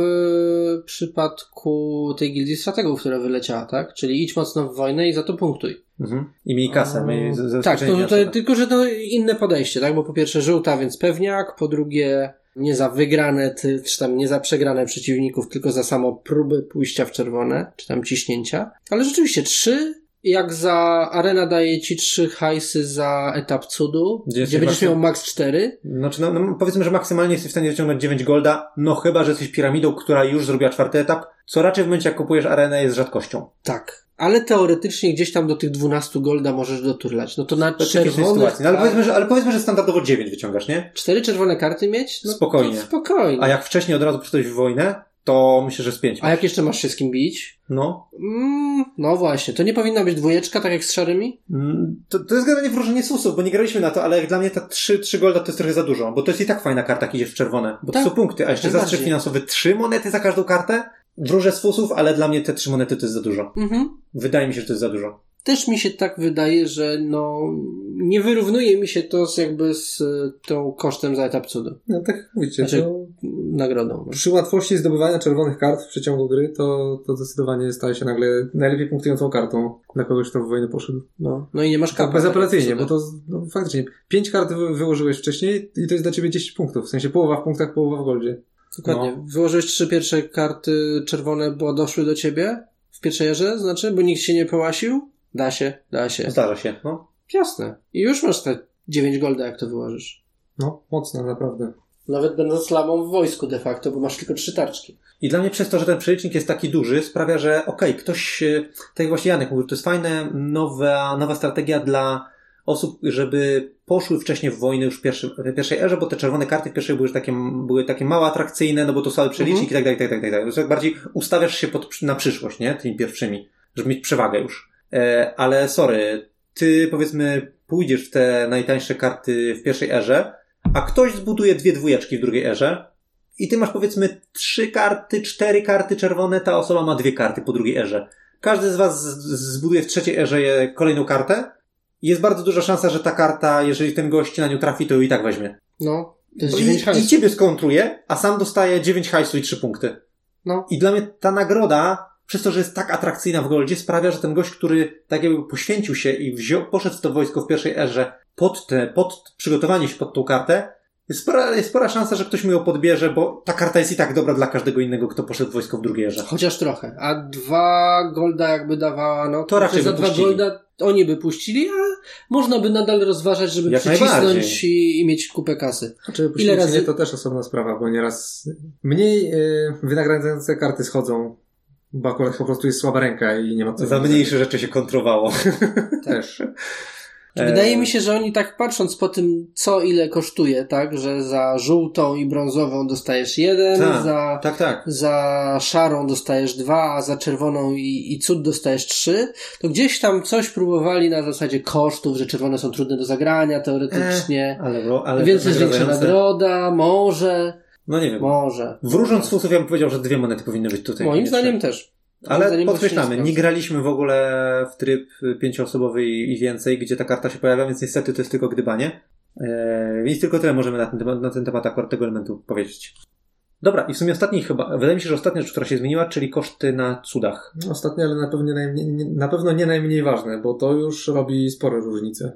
przypadku tej gildii strategów, która wyleciała, tak? Czyli idź mocno w wojnę i za to punktuj. Mhm. I miej kasę. Miej z, z tak, to, to, to, tylko że to inne podejście, tak? Bo po pierwsze żółta, więc pewniak, po drugie nie za wygrane, ty, czy tam nie za przegrane przeciwników, tylko za samo próby pójścia w czerwone, czy tam ciśnięcia. Ale rzeczywiście trzy, jak za arena daje ci trzy hajsy za etap cudu, gdzie, gdzie będziesz miał max cztery. Znaczy, no, no, powiedzmy, że maksymalnie jesteś w stanie wyciągnąć dziewięć golda, no chyba, że jesteś piramidą, która już zrobiła czwarty etap, co raczej w momencie, jak kupujesz arenę, jest rzadkością. Tak. Ale teoretycznie gdzieś tam do tych dwunastu golda możesz doturlać. No to na czerwonych... No, ale, powiedzmy, że, ale powiedzmy, że standardowo dziewięć wyciągasz, nie? Cztery czerwone karty mieć? No spokojnie. Spokojnie. A jak wcześniej od razu przyszedłeś w wojnę, to myślę, że z pięć. A jak jeszcze masz się z kim bić? No. Mm, no właśnie. To nie powinna być dwójeczka, tak jak z szarymi? Mm, to, to jest generalnie wróżenie susów, bo nie graliśmy na to, ale jak dla mnie ta trzy, trzy golda to jest trochę za dużo, bo to jest i tak fajna karta, jak idziesz w czerwone. Bo tak, to są punkty, a jeszcze zastrzyk finansowy trzy monety za każdą kartę? Wróżę z fusów, ale dla mnie te trzy monety to jest za dużo. Mhm. Wydaje mi się, że to jest za dużo. Też mi się tak wydaje, że no nie wyrównuje mi się to z jakby z tą kosztem za etap cudu. No tak mówicie. Znaczy, to... nagrodą. No. Przy łatwości zdobywania czerwonych kart w przeciągu gry, to, to zdecydowanie staje się nagle najlepiej punktującą kartą dla kogoś, kto w wojnę poszedł. No, no i nie masz kapa. Tak bezapelacyjnie, bo to no, faktycznie pięć kart wy, wyłożyłeś wcześniej i to jest dla ciebie dziesięć punktów. W sensie połowa w punktach, połowa w goldzie. Dokładnie. No. Wyłożyłeś trzy pierwsze karty czerwone, bo doszły do ciebie w pierwszej erze, znaczy, bo nikt się nie połasił? Da się, da się. Zdarza się, no. Jasne. I już masz te dziewięć golda, jak to wyłożysz. No, mocno, naprawdę. Nawet będąc lamą w wojsku de facto, bo masz tylko trzy tarczki. I dla mnie przez to, że ten przelicznik jest taki duży, sprawia, że okej, okay, ktoś, tak jak właśnie Janek mówił, to jest fajna, nowa, nowa strategia dla osób, żeby poszły wcześniej w wojnę już w, pierwszy, w pierwszej erze, bo te czerwone karty w pierwszej były takie, były takie mało atrakcyjne, no bo to słaby przelicznik mhm. i tak dalej, tak dalej, tak dalej. Tak bardziej ustawiasz się pod, na przyszłość, nie? Tymi pierwszymi, żeby mieć przewagę już. E, ale sorry, ty powiedzmy pójdziesz w te najtańsze karty w pierwszej erze, a ktoś zbuduje dwie dwójeczki w drugiej erze i ty masz powiedzmy trzy karty, cztery karty czerwone, ta osoba ma dwie karty po drugiej erze. Każdy z was z, zbuduje w trzeciej erze kolejną kartę i jest bardzo duża szansa, że ta karta, jeżeli ten gość na nią trafi, to ją i tak weźmie. No, to jest dziewięć hajsu. I ciebie skontruje, a sam dostaje dziewięć hajsu i trzy punkty. No. I dla mnie ta nagroda, przez to, że jest tak atrakcyjna w Goldzie, sprawia, że ten gość, który tak jakby poświęcił się i wziął, poszedł w to wojsko w pierwszej erze pod te, pod przygotowanie się pod tą kartę, jest spora, jest spora szansa, że ktoś mu ją podbierze, bo ta karta jest i tak dobra dla każdego innego, kto poszedł w wojsko w drugiej erze. Chociaż trochę. A dwa golda jakby dawała, no to, to raczej za by dwa puścili. golda oni by puścili, a można by nadal rozważać, żeby Jak przycisnąć i, i mieć kupę kasy. Znaczy, ile razy to też osobna sprawa, bo nieraz mniej yy, wynagradzające karty schodzą, bo akurat po prostu jest słaba ręka i nie ma co. Za mniejsze rzeczy się kontrowało. Też. Wydaje mi się, że oni tak patrząc po tym, co ile kosztuje, tak, że za żółtą i brązową dostajesz jeden, tak, za, tak, tak. za szarą dostajesz dwa, a za czerwoną i, i cud dostajesz trzy, to gdzieś tam coś próbowali na zasadzie kosztów, że czerwone są trudne do zagrania teoretycznie, e, ale, ale więc jest większa nagroda, może, no nie wiem. może. Wróżąc z fusów, ja bym powiedział, że dwie monety powinny być tutaj. Moim zdaniem jeszcze. Też. Ale podkreślamy, nie, nie graliśmy w ogóle w tryb pięcioosobowy i, i więcej, gdzie ta karta się pojawia, więc niestety to jest tylko gdybanie. Eee, więc tylko tyle możemy na ten, temat, na ten temat akurat tego elementu powiedzieć. Dobra, i w sumie ostatni chyba, wydaje mi się, że ostatnia rzecz, która się zmieniła, czyli koszty na cudach. Ostatnie, ale na pewno nie, najmniej, na pewno nie najmniej ważne, bo to już robi spore różnice.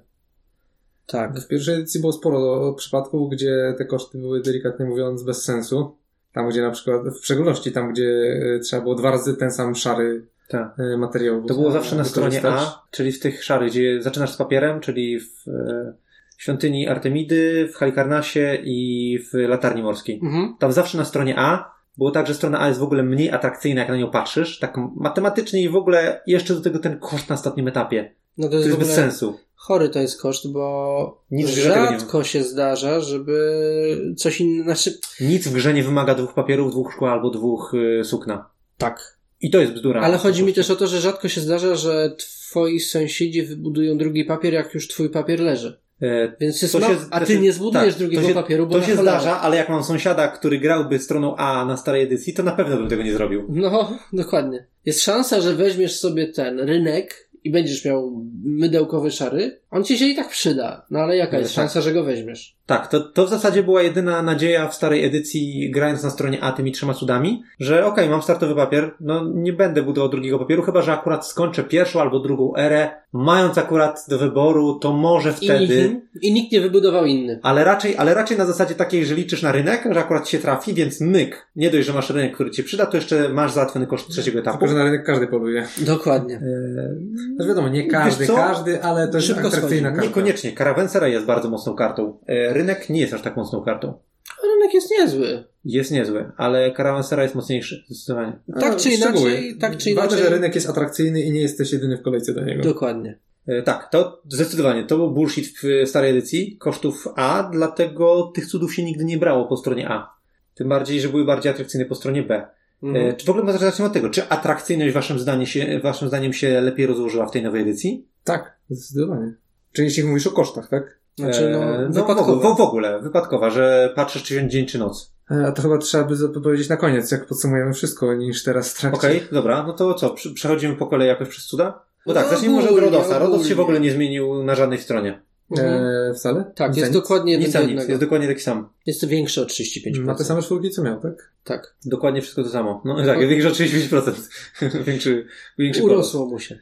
Tak. W pierwszej edycji było sporo przypadków, gdzie te koszty były delikatnie mówiąc bez sensu. Tam, gdzie na przykład, w szczególności tam, gdzie trzeba było dwa razy ten sam szary tak. materiał. To było zawsze na stronie A, czyli w tych szarych, gdzie zaczynasz z papierem, czyli w e, świątyni Artemidy, w Halikarnasie i w Latarni Morskiej. Mhm. Tam zawsze na stronie A było tak, że strona A jest w ogóle mniej atrakcyjna, jak na nią patrzysz, tak matematycznie i w ogóle jeszcze do tego ten koszt na ostatnim etapie. No to jest, to jest bez sensu. Chory to jest koszt, bo nic rzadko nie... się zdarza, żeby coś innego... Znaczy... Nic w grze nie wymaga dwóch papierów, dwóch szkła albo dwóch y, sukna. Tak. I to jest bzdura. Ale chodzi mi też o to, że rzadko się zdarza, że twoi sąsiedzi wybudują drugi papier, jak już twój papier leży. E, Więc jest ma... się, a ty się, nie zbudujesz tak, drugiego się, papieru, bo to się cholera. Zdarza, ale jak mam sąsiada, który grałby stroną A na starej edycji, to na pewno bym tego nie zrobił. No, dokładnie. Jest szansa, że weźmiesz sobie ten rynek i będziesz miał mydełkowy szary, on ci się i tak przyda. No ale jaka jest tak. szansa, że go weźmiesz? Tak, to, to w zasadzie była jedyna nadzieja w starej edycji, grając na stronie A tymi trzema cudami, że okej, okay, mam startowy papier, no nie będę budował drugiego papieru, chyba że akurat skończę pierwszą albo drugą erę, mając akurat do wyboru, to może wtedy... I, I nikt nie wybudował inny. Ale raczej, ale raczej na zasadzie takiej, że liczysz na rynek, że akurat się trafi, więc myk. Nie dość, że masz rynek, który ci przyda, to jeszcze masz załatwiony koszt trzeciego etapu. Tylko, że na rynek każdy poluje. Dokładnie. Eee, no wiadomo, nie każdy, każdy, ale to jest Szybko atrakcyjna karta. Niekoniecznie. Caravanserai jest bardzo mocną kartą. E, rynek nie jest aż tak mocną kartą. Rynek jest niezły. Jest niezły, ale Caravanserai jest mocniejszy. Zdecydowanie. Tak czy inaczej, tak czy inaczej. Ważne, że rynek jest atrakcyjny i nie jesteś jedyny w kolejce do niego. Dokładnie. E, tak, to zdecydowanie. To był bullshit w starej edycji kosztów A, dlatego tych cudów się nigdy nie brało po stronie A. Tym bardziej, że były bardziej atrakcyjne po stronie B. Mhm. E, czy w ogóle może zacznijmy od tego, czy atrakcyjność waszym, zdanie się, waszym zdaniem się lepiej rozłożyła w tej nowej edycji? Tak, zdecydowanie. Czyli jeśli mówisz o kosztach, tak? Znaczy, no, e, no wypadkowa. W, w ogóle, wypadkowa, że patrzysz czy dzień czy noc. A to chyba trzeba by powiedzieć na koniec, jak podsumujemy wszystko, niż teraz w trakcie. Okej, okay, dobra, no to co, przechodzimy po kolei jakoś przez cuda? Bo tak, no, zacznijmy może od Rodosa. Rodos się w ogóle nie zmienił na żadnej stronie. Mhm. E, wcale? Tak, nic jest dokładnie nic, nic, jest dokładnie taki sam. Jest to większy o trzydzieści pięć procent. Ma te same czwórki, co miał, tak? Tak. Dokładnie wszystko to samo. No tak, większy o trzydzieści pięć procent. większy, większy Urosło kolos. mu się.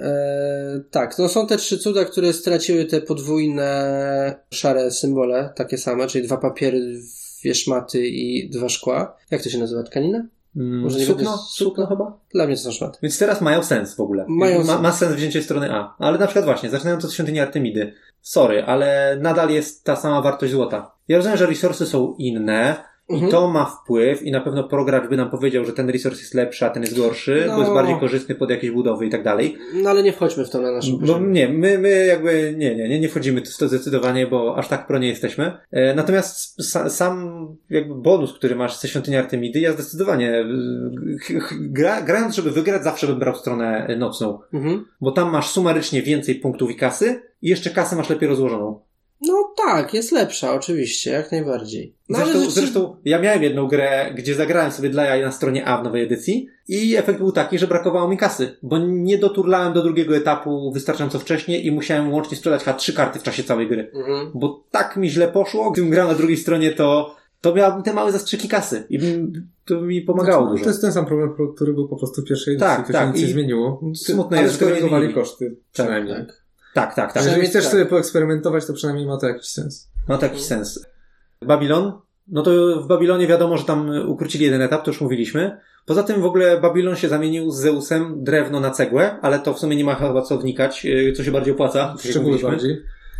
Eee, tak, to są te trzy cuda, które straciły te podwójne szare symbole, takie same, czyli dwa papiery, dwie szmaty i dwa szkła. Jak to się nazywa? Tkanina? Może nie sukno? Sukno chyba? Dla mnie to są szmaty. Więc teraz mają sens w ogóle. Mają ma, ma sens wzięcie strony A. Ale na przykład właśnie, zaczynając od świątyni Artemidy. Sorry, ale nadal jest ta sama wartość złota. Ja rozumiem, że resursy są inne mhm. i to ma wpływ i na pewno progracz by nam powiedział, że ten resource jest lepszy, a ten jest gorszy, no. bo jest bardziej korzystny pod jakieś budowy i tak dalej. No ale nie wchodźmy w to na naszym poziomie. Bo nie, my, my jakby nie, nie, nie, nie wchodzimy w to zdecydowanie, bo aż tak pro nie jesteśmy. E, natomiast sa, sam jakby bonus, który masz ze świątyni Artemidy, ja zdecydowanie ch, ch, gra, grając, żeby wygrać, zawsze bym brał stronę nocną. Mhm. Bo tam masz sumarycznie więcej punktów i kasy i jeszcze kasę masz lepiej rozłożoną. No tak, jest lepsza, oczywiście, jak najbardziej. No, zresztą, ale zresztą ja miałem jedną grę, gdzie zagrałem sobie dla jaj na stronie A w nowej edycji i efekt był taki, że brakowało mi kasy, bo nie doturlałem do drugiego etapu wystarczająco wcześnie i musiałem łącznie sprzedać chyba trzy karty w czasie całej gry. Mhm. Bo tak mi źle poszło, gdybym grał na drugiej stronie, to to miałbym te małe zastrzyki kasy i bym, to mi pomagało dużo. To jest ten sam problem, który był po prostu w pierwszej edycji, tak, to tak. się nic nie zmieniło. Smutne ale jest, że skorygowali koszty, przynajmniej. Tak, tak. Tak, tak, tak. Jeżeli chcesz tak. sobie poeksperymentować, to przynajmniej ma to jakiś sens. Ma to jakiś sens. Babilon? No to w Babilonie wiadomo, że tam ukrócili jeden etap, to już mówiliśmy. Poza tym w ogóle Babilon się zamienił z Zeusem drewno na cegłę, ale to w sumie nie ma chyba co wnikać, co się bardziej opłaca. Szczególnie bardziej.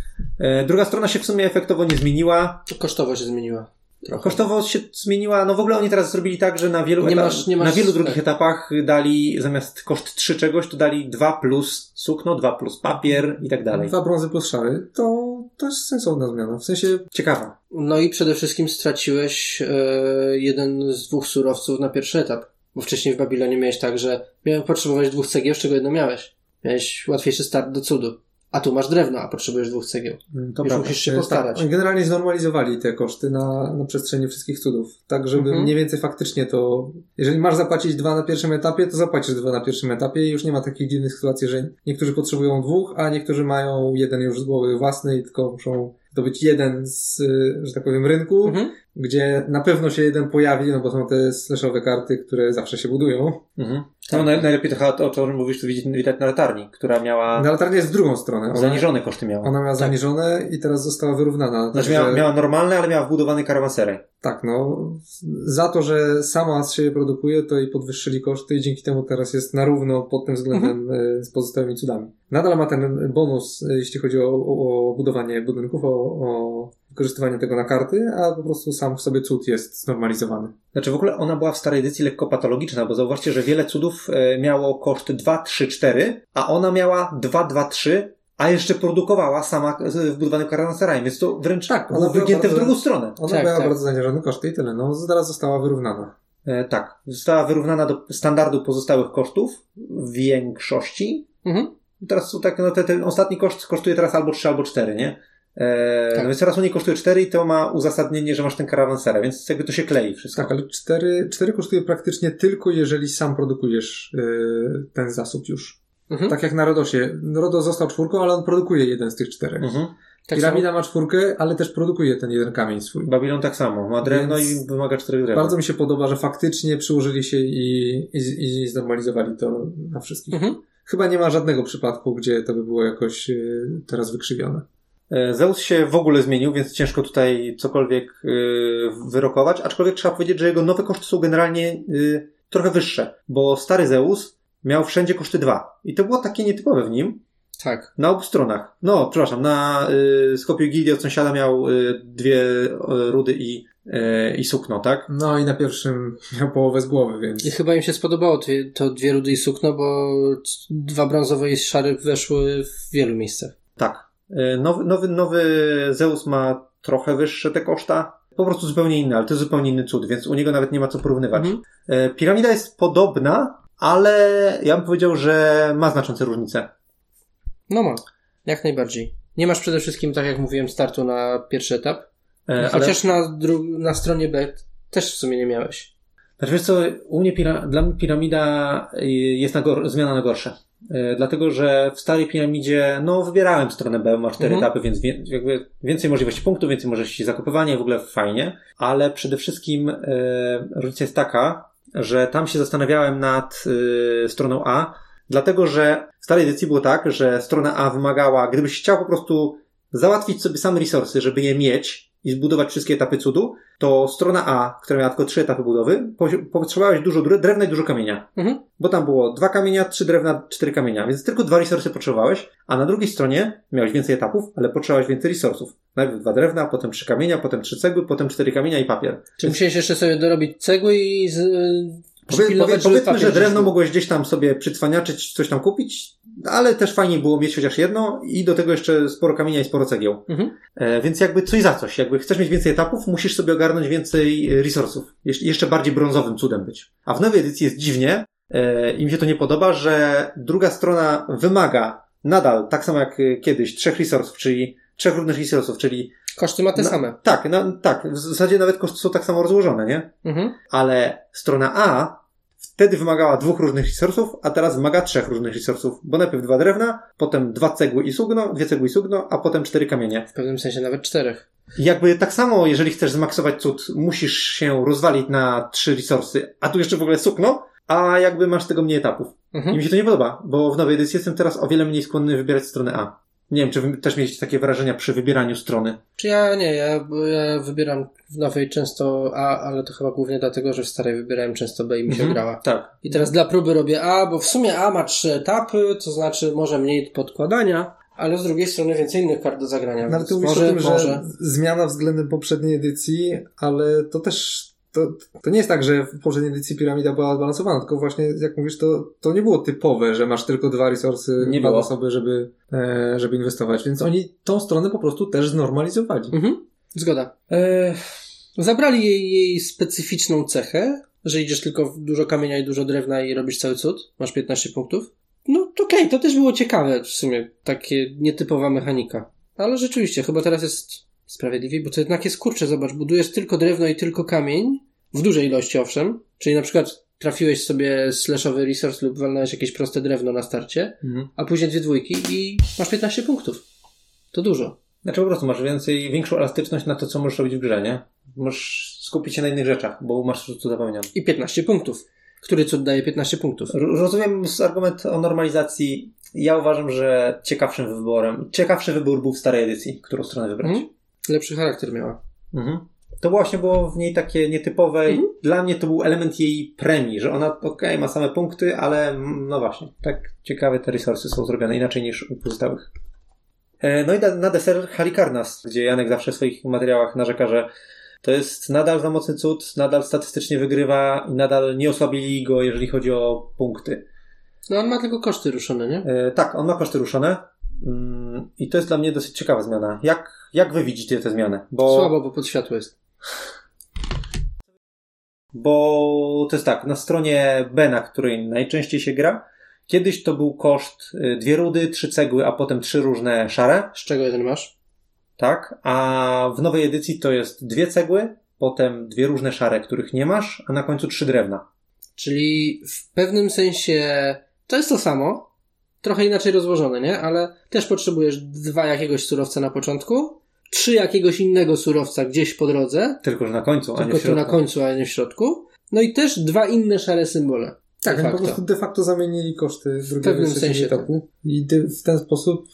Druga strona się w sumie efektowo nie zmieniła. Kosztowo się zmieniła. Trochę. Kosztowo się zmieniła, no w ogóle oni teraz zrobili tak, że na wielu, nie etap, masz, nie masz, na wielu drugich tak. etapach dali zamiast koszt trzy czegoś, to dali dwa plus sukno, dwa plus papier i tak dalej. dwa brązy plus szary, to, to jest sensowna zmiana, w sensie ciekawa. No i przede wszystkim straciłeś e, jeden z dwóch surowców na pierwszy etap, bo wcześniej w Babilonie miałeś tak, że miałem potrzebować dwóch cegieł, z czego jedno miałeś. Miałeś łatwiejszy start do cudu. A tu masz drewno, a potrzebujesz dwóch cegieł. To Już musisz się postarać. Tak, generalnie znormalizowali te koszty na, na przestrzeni wszystkich cudów. Tak, żeby mhm. mniej więcej faktycznie to... Jeżeli masz zapłacić dwa na pierwszym etapie, to zapłacisz dwa na pierwszym etapie i już nie ma takich dziwnych sytuacji, że niektórzy potrzebują dwóch, a niektórzy mają jeden już z głowy własny i tylko muszą zdobyć jeden z, że tak powiem, rynku, mhm. gdzie na pewno się jeden pojawi, no bo są te slashowe karty, które zawsze się budują. Mhm. No naj, najlepiej to chyba o czym mówisz, to widać, widać na latarni, która miała... Na latarni jest w drugą stronę. Ona, zaniżone koszty miała. Ona miała tak. zaniżone i teraz została wyrównana. Znaczy miała, że... miała normalne, ale miała wbudowany Caravanserai. Tak, no. Za to, że sama z siebie produkuje, to i podwyższyli koszty i dzięki temu teraz jest na równo pod tym względem mhm. z pozostałymi cudami. Nadal ma ten bonus, jeśli chodzi o, o, o budowanie budynków, o, o wykorzystywanie tego na karty, a po prostu sam w sobie cud jest znormalizowany. Znaczy w ogóle ona była w starej edycji lekko patologiczna, bo zauważcie, że wiele cudów miało koszt dwa, trzy, cztery, a ona miała dwa, dwa, trzy, a jeszcze produkowała sama wbudowanym Caravanserai, więc to wręcz tak, było wygięte w drugą stronę. Ona tak, miała tak. bardzo zaniżone koszty i tyle. No, zaraz została wyrównana. E, tak. Została wyrównana do standardu pozostałych kosztów w większości. Mhm. Teraz są tak, no te, ten ostatni koszt kosztuje teraz albo trzy, albo cztery, nie? E, tak. No więc teraz u niej kosztuje cztery i to ma uzasadnienie, że masz ten karawansera, więc jakby to się klei wszystko. Tak, ale cztery, cztery kosztuje praktycznie tylko jeżeli sam produkujesz yy, ten zasób już. Mhm. Tak jak na Rodosie. Rodos został czwórką, ale on produkuje jeden z tych czterech. Mhm. Tak Piramida samo? Ma czwórkę, ale też produkuje ten jeden kamień swój. Babylon tak samo. Ma drewno więc i wymaga czterech drewna. Bardzo mi się podoba, że faktycznie przyłożyli się i, i, i znormalizowali to na wszystkich. Mhm. Chyba nie ma żadnego przypadku, gdzie to by było jakoś yy, teraz wykrzywione. Zeus się w ogóle zmienił, więc ciężko tutaj cokolwiek yy, wyrokować, aczkolwiek trzeba powiedzieć, że jego nowe koszty są generalnie yy, trochę wyższe, bo stary Zeus miał wszędzie koszty dwa i to było takie nietypowe w nim. Tak. Na obu stronach. No, przepraszam, na yy, Skopiu Gildii od sąsiada miał yy, dwie yy, rudy i, yy, i sukno, tak? No i na pierwszym miał połowę z głowy, więc... I chyba im się spodobało to, to dwie rudy i sukno, bo dwa brązowe i szary weszły w wielu miejscach. Tak. Nowy, nowy, nowy Zeus ma trochę wyższe te koszta. Po prostu zupełnie inne, ale to jest zupełnie inny cud, więc u niego nawet nie ma co porównywać. Mhm. Piramida jest podobna, ale ja bym powiedział, że ma znaczące różnice. No ma. Jak najbardziej. Nie masz przede wszystkim, tak jak mówiłem, startu na pierwszy etap. E, chociaż ale... na, dru- na stronie B też w sumie nie miałeś. Znaczy wiesz co, u mnie pira- dla mnie piramida jest na gor- zmiana na gorsze. Yy, dlatego, że w starej piramidzie, no, wybierałem stronę B, ma cztery mhm. etapy, więc wie, jakby więcej możliwości punktów, więcej możliwości zakupywania, w ogóle fajnie, ale przede wszystkim yy, różnica jest taka, że tam się zastanawiałem nad yy, stroną A, dlatego, że w starej edycji było tak, że strona A wymagała, gdybyś chciał po prostu załatwić sobie same resursy, żeby je mieć i zbudować wszystkie etapy cudu, to strona A, która miała tylko trzy etapy budowy, potrzebowałeś dużo drewna i dużo kamienia. Mhm. Bo tam było dwa kamienia, trzy drewna, cztery kamienia, więc tylko dwa resursy potrzebowałeś, a na drugiej stronie miałeś więcej etapów, ale potrzebowałeś więcej resursów. Najpierw dwa drewna, potem trzy kamienia, potem trzy cegły, potem cztery kamienia i papier. Czy więc... musiałeś jeszcze sobie dorobić cegły i z... Powie, powie, powiedzmy, że drewno mogłeś gdzieś tam sobie przycwaniaczyć, coś tam kupić, ale też fajnie było mieć chociaż jedno i do tego jeszcze sporo kamienia i sporo cegieł. Mhm. E, więc jakby coś za coś. Jakby chcesz mieć więcej etapów, musisz sobie ogarnąć więcej resursów. Jesz- jeszcze bardziej brązowym cudem być. A w nowej edycji jest dziwnie, e, im się to nie podoba, że druga strona wymaga nadal, tak samo jak kiedyś, trzech resursów, czyli trzech równych resursów, czyli koszty ma te na, same. Tak, na, tak. W zasadzie nawet koszty są tak samo rozłożone, nie? Mhm. Ale strona A wtedy wymagała dwóch różnych resursów, a teraz wymaga trzech różnych resursów. Bo najpierw dwa drewna, potem dwa cegły i sugno, dwie cegły i sugno, a potem cztery kamienie. W pewnym sensie nawet czterech. I jakby tak samo, jeżeli chcesz zmaksować cud, musisz się rozwalić na trzy resursy, a tu jeszcze w ogóle sukno, a jakby masz tego mniej etapów. Mhm. I mi się to nie podoba, bo w nowej edycji jestem teraz o wiele mniej skłonny wybierać stronę A. Nie wiem, czy wy też mieliście takie wrażenia przy wybieraniu strony? Czy ja nie, ja, ja wybieram w nowej często A, ale to chyba głównie dlatego, że w starej wybierałem często B i mi się mhm, grała. Tak. I teraz dla próby robię A, bo w sumie A ma trzy etapy, to znaczy może mniej podkładania, ale z drugiej strony więcej innych kart do zagrania. No, ale ty mówisz może, o tym, może... że zmiana względem poprzedniej edycji, ale to też To, to nie jest tak, że w poprzedniej edycji piramida była zbalansowana, tylko właśnie, jak mówisz, to, to nie było typowe, że masz tylko dwa resursy, nie dwa zasoby, żeby, e, żeby inwestować. Więc oni tą stronę po prostu też znormalizowali. Mhm. Zgoda. E, zabrali jej, jej specyficzną cechę, że idziesz tylko w dużo kamienia i dużo drewna i robisz cały cud. Masz piętnaście punktów. No to okej, okay, to też było ciekawe w sumie. Takie nietypowa mechanika. Ale rzeczywiście, chyba teraz jest sprawiedliwiej, bo to jednak jest kurczę, zobacz, budujesz tylko drewno i tylko kamień, w dużej ilości owszem, czyli na przykład trafiłeś sobie slashowy resource lub walnąłeś jakieś proste drewno na starcie, mhm. a później dwie dwójki i masz piętnaście punktów. To dużo. Znaczy po prostu masz więcej, większą elastyczność na to, co możesz robić w grze, nie? Możesz skupić się na innych rzeczach, bo masz cud zapełniony. I piętnaście punktów. Który cud daje piętnaście punktów? Rozumiem argument o normalizacji. Ja uważam, że ciekawszym wyborem, ciekawszy wybór był w starej edycji, którą stronę wybrać. Mhm. Lepszy charakter miała. Mhm. To właśnie było w niej takie nietypowe. Mhm. Dla mnie to był element jej premii, że ona okej, okay, ma same punkty, ale no właśnie, tak ciekawe te resursy są zrobione inaczej niż u pozostałych. No i na deser Halikarnas, gdzie Janek zawsze w swoich materiałach narzeka, że to jest nadal za mocny cud, nadal statystycznie wygrywa i nadal nie osłabili go, jeżeli chodzi o punkty. No on ma tylko koszty ruszone, nie? E, tak, on ma koszty ruszone. I to jest dla mnie dosyć ciekawa zmiana. Jak, jak wy widzicie tę zmianę? Bo... Słabo, bo pod światło jest. bo to jest tak, na stronie B, na której najczęściej się gra, kiedyś to był koszt dwie rudy, trzy cegły, a potem trzy różne szare. Z czego jeden masz? Tak, a w nowej edycji to jest dwie cegły, potem dwie różne szare, których nie masz, a na końcu trzy drewna. Czyli w pewnym sensie to jest to samo, trochę inaczej rozłożone, nie? Ale też potrzebujesz dwa jakiegoś surowca na początku, trzy jakiegoś innego surowca gdzieś po drodze. Tylko, że na końcu, a nie w środku. Tylko tu na końcu, a nie w środku. No i też dwa inne szare symbole. Tak, oni po prostu de facto zamienili koszty drugiego i trzeciego etapu. I w ten sposób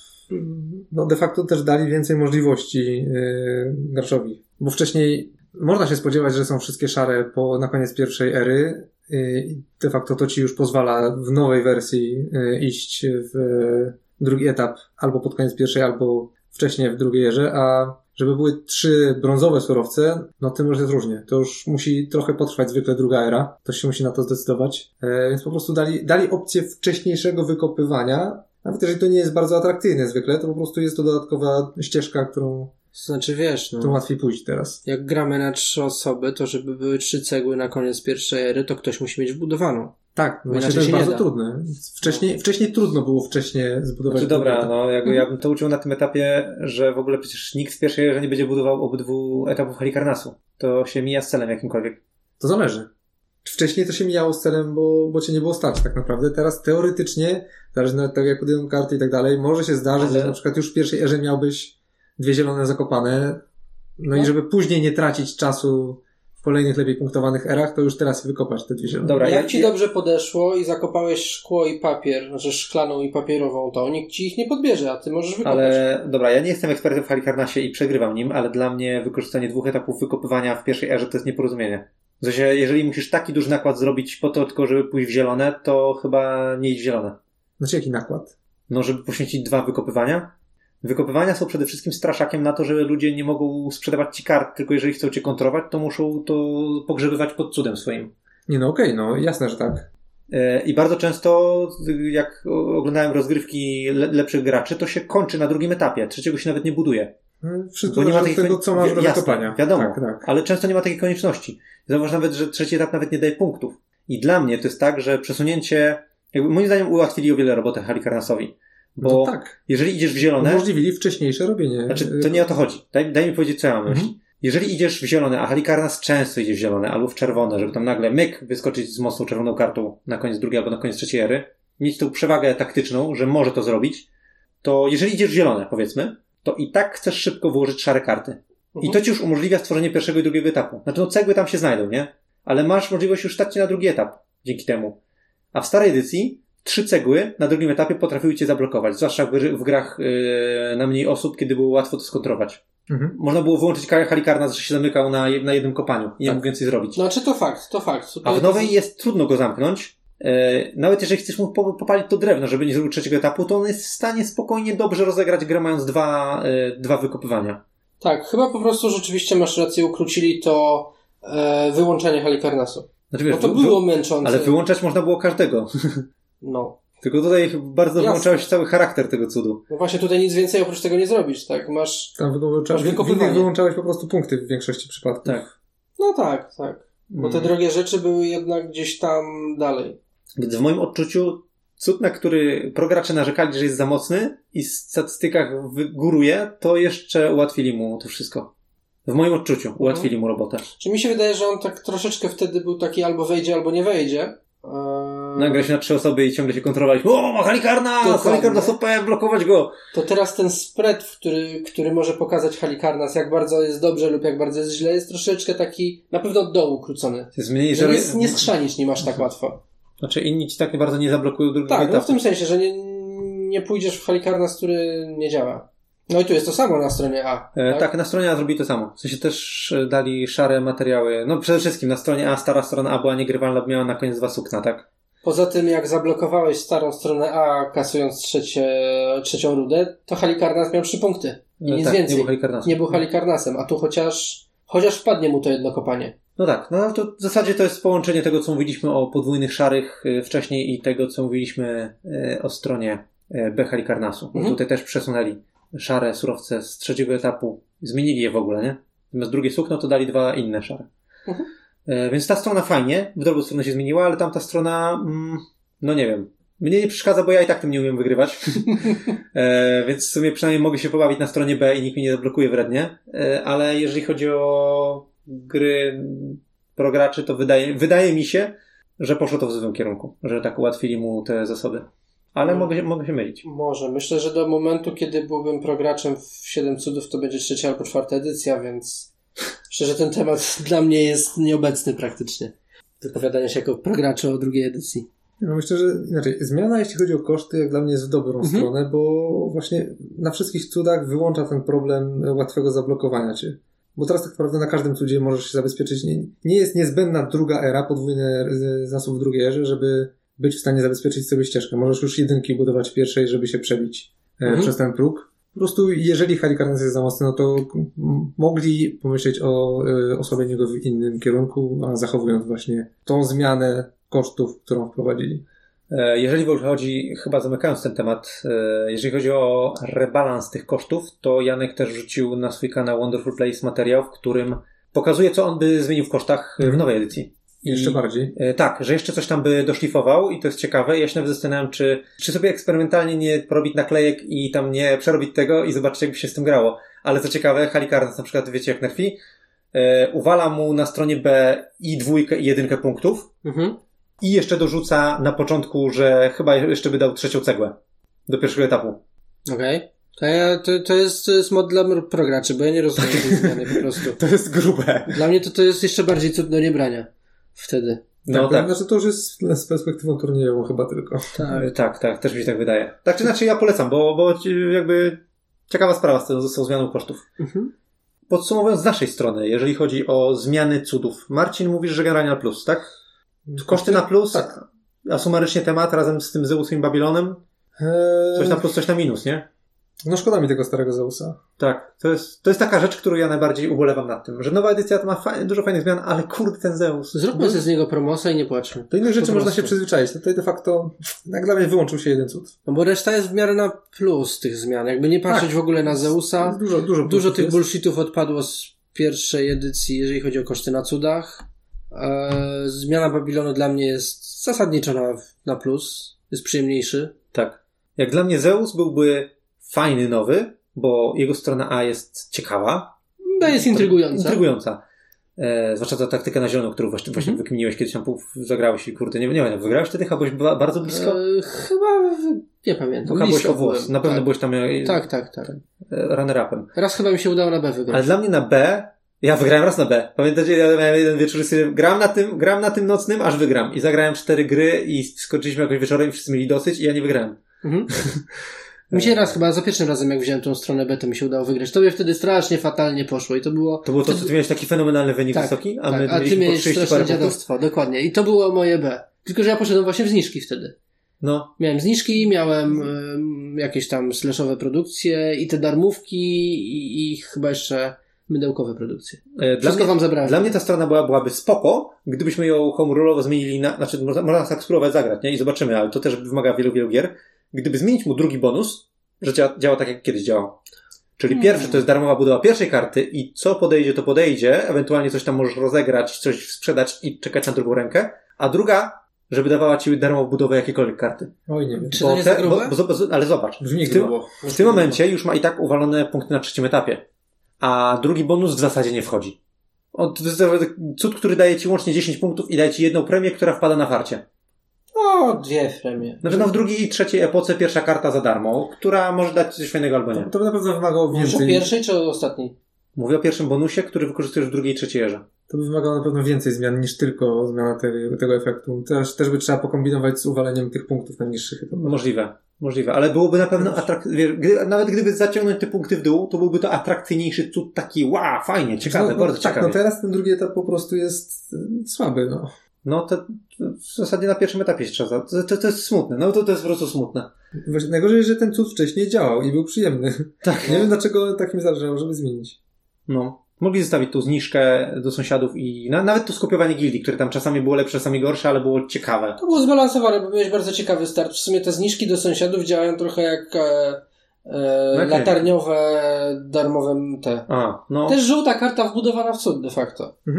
no de facto też dali więcej możliwości yy, graczowi. Bo wcześniej można się spodziewać, że są wszystkie szare po, na koniec pierwszej ery i de facto to ci już pozwala w nowej wersji yy, iść w yy, drugi etap albo pod koniec pierwszej, albo wcześniej w drugiej erze, a żeby były trzy brązowe surowce, no tym już jest różnie. To już musi trochę potrwać zwykle druga era. Ktoś się musi na to zdecydować. E, więc po prostu dali, dali opcję wcześniejszego wykopywania. Nawet jeżeli to nie jest bardzo atrakcyjne zwykle, to po prostu jest to dodatkowa ścieżka, którą znaczy wiesz, no, to łatwiej pójść teraz. Jak gramy na trzy osoby, to żeby były trzy cegły na koniec pierwszej ery, to ktoś musi mieć wbudowaną. Tak, no właśnie to jest bardzo trudne. Wcześniej, no. wcześniej trudno było wcześniej zbudować. Znaczy, dobra, no jakby mhm. ja bym to uczył na tym etapie, że w ogóle przecież nikt w pierwszej erze nie będzie budował obydwu etapów Halikarnasu. To się mija z celem jakimkolwiek. To zależy. Wcześniej to się mijało z celem, bo, bo cię nie było stać tak naprawdę. Teraz teoretycznie, zależy nawet tak jak podjęłem karty i tak dalej, może się zdarzyć, ale... że na przykład już w pierwszej erze miałbyś dwie zielone zakopane, no, no i żeby później nie tracić czasu w kolejnych lepiej punktowanych erach, to już teraz wykopać te dwie zielone. Dobra, jak ci dobrze podeszło i zakopałeś szkło i papier, znaczy szklaną i papierową, to nikt ci ich nie podbierze, a ty możesz wykopać. Ale dobra, ja nie jestem ekspertem w Halikarnasie i przegrywam nim, ale dla mnie wykorzystanie dwóch etapów wykopywania w pierwszej erze to jest nieporozumienie. W sensie, jeżeli musisz taki duży nakład zrobić po to tylko, żeby pójść w zielone, to chyba nie idź w zielone. Znaczy jaki nakład? No, żeby poświęcić dwa wykopywania. Wykopywania są przede wszystkim straszakiem na to, że ludzie nie mogą sprzedawać ci kart, tylko jeżeli chcą cię kontrować, to muszą to pogrzebywać pod cudem swoim. Nie no okej, okay, no jasne, że tak. I bardzo często, jak oglądałem rozgrywki le- lepszych graczy, to się kończy na drugim etapie. Trzeciego się nawet nie buduje. Wszystko nie ma takiego, tego, co masz do wykopania. Wiadomo, tak, tak. Ale często nie ma takiej konieczności. Zauważ nawet, że trzeci etap nawet nie daje punktów. I dla mnie to jest tak, że przesunięcie, jakby moim zdaniem ułatwili o wiele robotę Halikarnasowi. Bo no tak. jeżeli idziesz w zielone... Umożliwili wcześniejsze robienie. Znaczy, to nie o to chodzi. Daj, daj mi powiedzieć, co ja mam na myśli. Mhm. Jeżeli idziesz w zielone, a Halikarnas często idzie w zielone albo w czerwone, żeby tam nagle myk wyskoczyć z mocną czerwoną kartą na koniec drugiej albo na koniec trzeciej ery, mieć tą przewagę taktyczną, że może to zrobić, to jeżeli idziesz w zielone, powiedzmy, to i tak chcesz szybko wyłożyć szare karty. Mhm. I to ci już umożliwia stworzenie pierwszego i drugiego etapu. Znaczy, no cegły tam się znajdą, nie? Ale masz możliwość już stać się na drugi etap dzięki temu. A w starej edycji trzy cegły na drugim etapie potrafiły cię zablokować, zwłaszcza w, w grach yy, na mniej osób, kiedy było łatwo to skontrować. Mhm. Można było wyłączyć Halikarnas, że się zamykał na, na jednym kopaniu i nie tak. mógł więcej zrobić. Znaczy to fakt, to fakt. Super. A w nowej jest trudno go zamknąć. Yy, nawet jeżeli chcesz mu popalić to drewno, żeby nie zrobił trzeciego etapu, to on jest w stanie spokojnie dobrze rozegrać grę, mając dwa, yy, dwa wykopywania. Tak, chyba po prostu rzeczywiście masz rację, ukrócili to yy, wyłączenie Halikarnasu. Znaczy, wiesz, bo to wy, było męczące. Ale wyłączać można było każdego. No. Tylko tutaj bardzo wyłączałeś cały charakter tego cudu. No właśnie tutaj nic więcej oprócz tego nie zrobisz, tak? Masz, Tam wyłączałeś, masz wykopywanie. wyłączałeś po prostu punkty w większości przypadków. Tak. No tak, tak. Bo te hmm. drogie rzeczy były jednak gdzieś tam dalej. Więc w moim odczuciu cud, na który progracze narzekali, że jest za mocny i w statystykach wygóruje, to jeszcze ułatwili mu to wszystko. W moim odczuciu ułatwili mu robotę. Czy mi się wydaje, że on tak troszeczkę wtedy był taki albo wejdzie, albo nie wejdzie. Nagra się na trzy osoby i ciągle się kontrolować. O, ma Halikarnas! Halikarnas O P, blokować go! To teraz ten spread, który, który może pokazać Halikarnas, jak bardzo jest dobrze lub jak bardzo jest źle, jest troszeczkę taki na pewno od dołu ukrócony. Jest mniej, że... Nie, nie schrzanisz nim aż tak łatwo. Znaczy inni ci tak bardzo nie zablokują drugiego tak, etapu. No w tym sensie, że nie, nie pójdziesz w Halikarnas, który nie działa. No i tu jest to samo na stronie A. E, tak? tak, na stronie A zrobili to samo. W sensie też dali szare materiały. No przede wszystkim na stronie A stara strona A była niegrywalna, bo miała na koniec dwa sukna, tak? Poza tym, jak zablokowałeś starą stronę A, kasując trzecie, trzecią rudę, to Halikarnas miał trzy punkty. I nic tak, więcej. Nie był Halikarnasem. Nie był Halikarnasem, a tu chociaż, chociaż wpadnie mu to jedno kopanie. No tak, no to w zasadzie to jest połączenie tego, co mówiliśmy o podwójnych szarych wcześniej i tego, co mówiliśmy o stronie B Halikarnasu. Mhm. Tutaj też przesunęli szare surowce z trzeciego etapu. Zmienili je w ogóle, nie? Zamiast drugie sukno, to dali dwa inne szare. Mhm. E, więc ta strona fajnie, w dobrą stronę się zmieniła, ale tamta strona, mm, no nie wiem. Mnie nie przeszkadza, bo ja i tak tym nie umiem wygrywać. e, więc w sumie przynajmniej mogę się pobawić na stronie B i nikt mnie nie zablokuje wrednie. E, ale jeżeli chodzi o gry pro graczy, to wydaje, wydaje mi się, że poszło to w złym kierunku. Że tak ułatwili mu te zasady. Ale no, mogę, się, mogę się mylić. Może. Myślę, że do momentu, kiedy byłbym prograczem w Siedem Cudów, to będzie trzecia albo czwarta edycja, więc myślę, że ten temat dla mnie jest nieobecny praktycznie. Wypowiadanie się jako progracza o drugiej edycji. No myślę, że inaczej, zmiana jeśli chodzi o koszty, jak dla mnie jest w dobrą mhm. stronę, bo właśnie na wszystkich cudach wyłącza ten problem łatwego zablokowania cię. Bo teraz tak naprawdę na każdym cudzie możesz się zabezpieczyć. Nie, nie jest niezbędna druga era, podwójny zasób w drugiej erze, żeby być w stanie zabezpieczyć sobie ścieżkę. Możesz już jedynki budować w pierwszej, żeby się przebić mhm. przez ten próg. Po prostu jeżeli Halikarnas jest za mocny, no to mogli pomyśleć o y, osłabieniu go w innym kierunku, a zachowując właśnie tą zmianę kosztów, którą wprowadzili. Jeżeli chodzi, chyba zamykając ten temat, jeżeli chodzi o rebalans tych kosztów, to Janek też wrzucił na swój kanał Wonderful Place materiał, w którym pokazuje, co on by zmienił w kosztach w nowej edycji. I jeszcze bardziej. Tak, że jeszcze coś tam by doszlifował i to jest ciekawe. Ja się nawet zastanawiam, czy, czy sobie eksperymentalnie nie porobić naklejek i tam nie przerobić tego i zobaczyć, jakby się z tym grało. Ale co ciekawe, Halikarnas na przykład, wiecie jak nerfi, uwala mu na stronie B i dwójkę i jedynkę punktów. Mhm. I jeszcze dorzuca na początku, że chyba jeszcze by dał trzecią cegłę do pierwszego etapu. Okej. Okay. To, ja, to, to, jest, to jest mod dla prograczy, bo ja nie rozumiem tej zmiany po prostu. To jest grube. Dla mnie to, to jest jeszcze bardziej cud do niebrania. Wtedy. No tak, tak. Znaczy to już jest z perspektywą turniejową chyba tylko. Tak, tak, tak, też mi się tak wydaje. Tak czy inaczej ja polecam, bo, bo jakby ciekawa sprawa z tą, z tą zmianą kosztów. Mhm. Podsumowując z naszej strony, jeżeli chodzi o zmiany cudów. Marcin, mówisz, że generalnie na plus, tak? Koszty na plus, tak. A sumarycznie temat razem z tym Zeusem i Babilonem? Coś na plus, coś na minus, nie? No szkoda mi tego starego Zeusa. Tak, to jest, to jest taka rzecz, którą ja najbardziej ubolewam nad tym, że nowa edycja to ma fajnie, dużo fajnych zmian, ale kurde ten Zeus. Zróbmy no. z niego promosa i nie płaczmy. Do innych rzeczy można się przyzwyczaić. Tutaj de facto jak dla mnie wyłączył się jeden cud. No bo reszta jest w miarę na plus tych zmian. Jakby nie patrzeć tak. w ogóle na Zeusa. Dużo, dużo, dużo tych jest. bullshitów odpadło z pierwszej edycji, jeżeli chodzi o koszty na cudach. Eee, zmiana Babilonu dla mnie jest zasadniczo na, na plus. Jest przyjemniejszy. Tak. Jak dla mnie Zeus byłby fajny nowy, bo jego strona A jest ciekawa. No jest intrygująca. Intrygująca. E, zwłaszcza ta taktyka na zielono, którą właśnie, właśnie mm-hmm. wykminiłeś kiedyś tam zagrałeś i kurde, nie, nie wiem, wygrałeś wtedy? Chyba byłeś ba- bardzo blisko? E, chyba, nie pamiętam. Chyba byłeś o włos. Na pewno tak. byłeś tam e, tak, tak, tak. runner-upem. Raz chyba mi się udało na B wygrać. Ale dla mnie na B, ja wygrałem raz na B. Pamiętacie, ja miałem jeden wieczór, sobie gram na tym, gram na tym nocnym, aż wygram. I zagrałem cztery gry i skończyliśmy jakoś wieczorem i wszyscy mieli dosyć i ja nie wygrałem. Mhm. Mi się raz chyba, za pierwszym razem jak wziąłem tą stronę B, to mi się udało wygrać. Tobie wtedy strasznie fatalnie poszło i to było... To było to, co ty miałeś taki fenomenalny wynik tak, wysoki, a tak, my a ty miałeś straszne dziadostwo, dokładnie. I to było moje B. Tylko, że ja poszedłem właśnie w zniżki wtedy. No. Miałem zniżki, miałem um, jakieś tam slashowe produkcje i te darmówki i, i chyba jeszcze mydełkowe produkcje. Dla Wszystko mnie, wam zabrałem. Dla mnie ta strona była, byłaby spoko, gdybyśmy ją home rule'owo zmienili na... Znaczy, można, można tak spróbować zagrać, nie? I zobaczymy, ale to też wymaga wielu, wielu gier. Gdyby zmienić mu drugi bonus, że działa, działa tak, jak kiedyś działał. Czyli hmm. pierwszy to jest darmowa budowa pierwszej karty i co podejdzie, to podejdzie. Ewentualnie coś tam możesz rozegrać, coś sprzedać i czekać na drugą rękę. A druga, żeby dawała ci darmową budowę jakiejkolwiek karty. Oj, nie wiem. Czy to nie te, bo, bo, bo, Ale zobacz. W tym, w tym momencie już ma i tak uwalone punkty na trzecim etapie. A drugi bonus w zasadzie nie wchodzi. On, to jest cud, który daje ci łącznie dziesięć punktów i daje ci jedną premię, która wpada na farcie. O, dwie premie. Znaczy no w drugiej i trzeciej epoce pierwsza karta za darmo, która może dać coś fajnego albo nie. To, to by na pewno wymagało więcej. Mówisz o pierwszej czy o ostatniej? Mówię o pierwszym bonusie, który wykorzystujesz w drugiej i trzeciej erze. To by wymagało na pewno więcej zmian niż tylko zmiana te, tego efektu. Też, też by trzeba pokombinować z uwaleniem tych punktów najniższych. Możliwe, możliwe, ale byłoby na pewno atrakcyjne. Gdy, nawet gdyby zaciągnąć te punkty w dół, to byłby to atrakcyjniejszy cud taki, wow, fajnie, ciekawe, no, no, bardzo tak, ciekawe. No teraz ten drugi etap po prostu jest słaby, no. No to, to w zasadzie na pierwszym etapie się trzeba. To, to, to jest smutne. No to, to jest po prostu smutne. Właśnie, najgorzej, że ten cud wcześniej działał i był przyjemny. Tak. Nie no. wiem dlaczego takim zależało, żeby zmienić. No. Mogli zostawić tą zniżkę do sąsiadów i na, nawet to skopiowanie gildii, które tam czasami było lepsze, czasami gorsze, ale było ciekawe. To było zbalansowane, bo miałeś bardzo ciekawy start. W sumie te zniżki do sąsiadów działają trochę jak e, e, okay. latarniowe, darmowe te. A, no. Też żółta karta wbudowana w cud de facto. Mhm.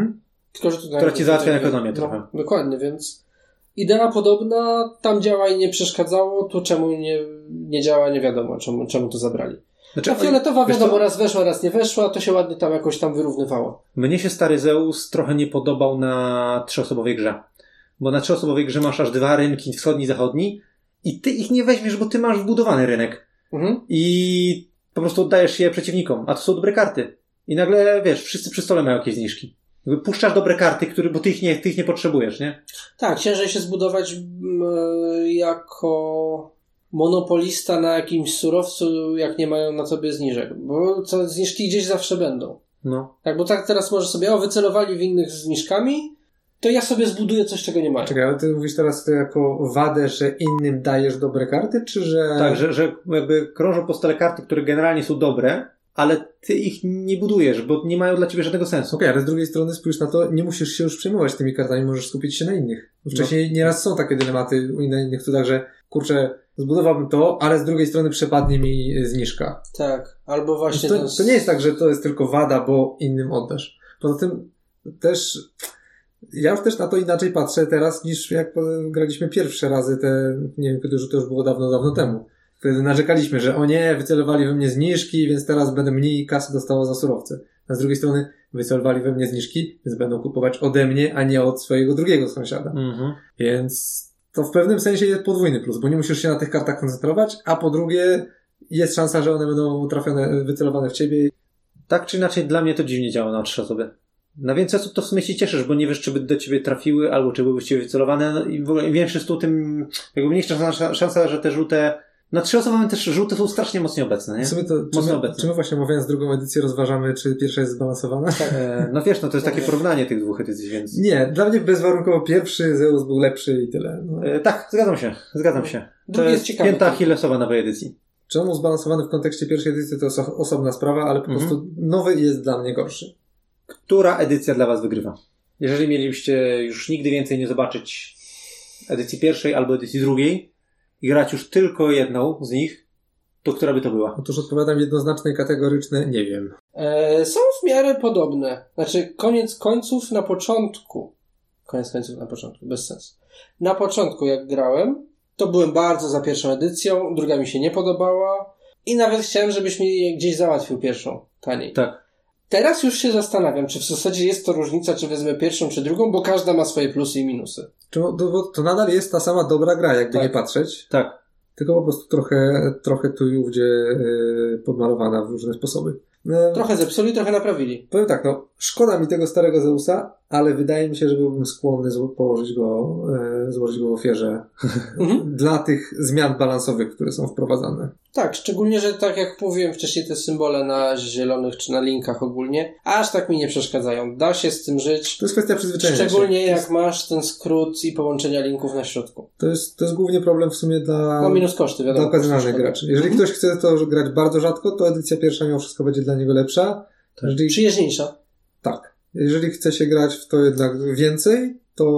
Tylko, że tutaj która ci załatwia tutaj, ekonomię no, trochę. Dokładnie, więc idea podobna, tam działa i nie przeszkadzało, tu czemu nie, nie działa, nie wiadomo, czemu, czemu to zabrali. Znaczy, ta fioletowa wiadomo, raz weszła, raz nie weszła, to się ładnie tam jakoś tam wyrównywało. Mnie się stary Zeus trochę nie podobał na trzyosobowej grze. Bo na trzyosobowej grze masz aż dwa rynki, wschodni i zachodni, i ty ich nie weźmiesz, bo ty masz wbudowany rynek. Mhm. I po prostu oddajesz je przeciwnikom, a to są dobre karty. I nagle, wiesz, wszyscy przy stole mają jakieś zniżki. Jakby puszczasz dobre karty, które, bo ty ich, nie, ty ich nie potrzebujesz, nie? Tak, ciężej się zbudować yy, jako monopolista na jakimś surowcu, jak nie mają na tobie zniżek. Bo to zniżki gdzieś zawsze będą. No. Tak, bo tak teraz może sobie, o, wycelowali w innych zniżkami, to ja sobie zbuduję coś, czego nie mają. Czekaj, ale ty mówisz teraz to jako wadę, że innym dajesz dobre karty, czy że... Tak, że, że jakby krążą po stole karty, które generalnie są dobre, ale ty ich nie budujesz, bo nie mają dla ciebie żadnego sensu. Okej, okay, ale z drugiej strony spójrz na to, nie musisz się już przejmować tymi kartami, możesz skupić się na innych. Wcześniej no. Nieraz są takie dylematy u innych cudach, że kurczę, zbudowałbym to, ale z drugiej strony przepadnie mi zniżka. Tak, albo właśnie... To, to nie jest tak, że to jest tylko wada, bo innym oddasz. Poza tym też... Ja już też na to inaczej patrzę teraz, niż jak graliśmy pierwsze razy te, nie wiem, kiedy już to już było dawno, dawno temu. Wtedy narzekaliśmy, że o nie, wycelowali we mnie zniżki, więc teraz będę mniej kasy dostało za surowce. A z drugiej strony wycelowali we mnie zniżki, więc będą kupować ode mnie, a nie od swojego drugiego sąsiada. Mhm. Więc to w pewnym sensie jest podwójny plus, bo nie musisz się na tych kartach koncentrować, a po drugie jest szansa, że one będą trafione, wycelowane w ciebie. Tak czy inaczej dla mnie to dziwnie działa na trzy osoby. Na więcej osób to w sumie się cieszysz, bo nie wiesz, czy by do ciebie trafiły, albo czy były w ciebie wycelowane. No i w ogóle im większy stół, tym jakby mniejsza szansa, szansa, że te żółte... Na trzy osoby mamy też żółte są strasznie mocno obecne, nie? W sumie to, mocno czy, my, obecne. czy my właśnie omawiając drugą edycję rozważamy, czy pierwsza jest zbalansowana? Tak, e, no wiesz, no to jest takie porównanie tych dwóch edycji, więc... Nie, dla mnie bezwarunkowo pierwszy Zeus był lepszy i tyle. No. E, tak, zgadzam się, zgadzam się. To Drugi jest ciekawy. Pięta Achillesowa nowej edycji. Czemu zbalansowany w kontekście pierwszej edycji to jest osobna sprawa, ale po mhm. prostu nowy jest dla mnie gorszy. Która edycja dla was wygrywa? Jeżeli mielibyście już nigdy więcej nie zobaczyć edycji pierwszej albo edycji drugiej i grać już tylko jedną z nich, to która by to była? Otóż odpowiadam jednoznaczne i kategoryczne, nie wiem. E, są w miarę podobne. Znaczy, koniec końców na początku. Koniec końców na początku, bez sensu. Na początku, jak grałem, to byłem bardzo za pierwszą edycją, druga mi się nie podobała i nawet chciałem, żebyś mi gdzieś załatwił pierwszą, taniej. Tak. Teraz już się zastanawiam, czy w zasadzie jest to różnica, czy wezmę pierwszą, czy drugą, bo każda ma swoje plusy i minusy. To, to, to nadal jest ta sama dobra gra, jakby tak. nie patrzeć. Tak. Tylko po prostu trochę, trochę tu i ówdzie yy, podmalowana w różne sposoby. No, trochę zepsuli, trochę naprawili. Powiem tak, no, szkoda mi tego starego Zeusa, ale wydaje mi się, że byłbym skłonny zło- położyć go, yy, złożyć go w ofierze mhm. dla tych zmian balansowych, które są wprowadzane. Tak, szczególnie, że tak jak mówiłem wcześniej, te symbole na zielonych czy na linkach ogólnie, aż tak mi nie przeszkadzają. Da się z tym żyć. To jest kwestia przyzwyczajenia. Szczególnie się. jak jest... masz ten skrót i połączenia linków na środku. To jest, to jest głównie problem w sumie dla, no, minus koszty, wiadomo, dla okazjonalnych graczy. Jeżeli mhm. ktoś chce to grać bardzo rzadko, to edycja pierwsza mimo wszystko będzie dla niego lepsza. Tak. Jeżeli... Przyjaźniejsza. Tak. Jeżeli chce się grać w to jednak więcej,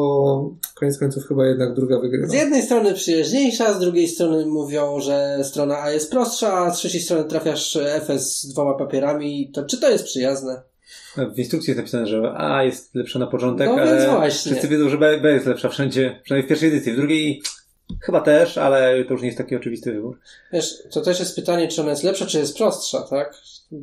to koniec końców chyba jednak druga wygrywa. Z jednej strony przyjaźniejsza, z drugiej strony mówią, że strona A jest prostsza, a z trzeciej strony trafiasz F S z dwoma papierami. To czy to jest przyjazne? W instrukcji jest napisane, że A jest lepsza na początek, no, ale właśnie. Wszyscy wiedzą, że B, B jest lepsza wszędzie, przynajmniej w pierwszej edycji. W drugiej chyba też, ale to już nie jest taki oczywisty wybór. Wiesz, to też jest pytanie, czy ona jest lepsza, czy jest prostsza, tak?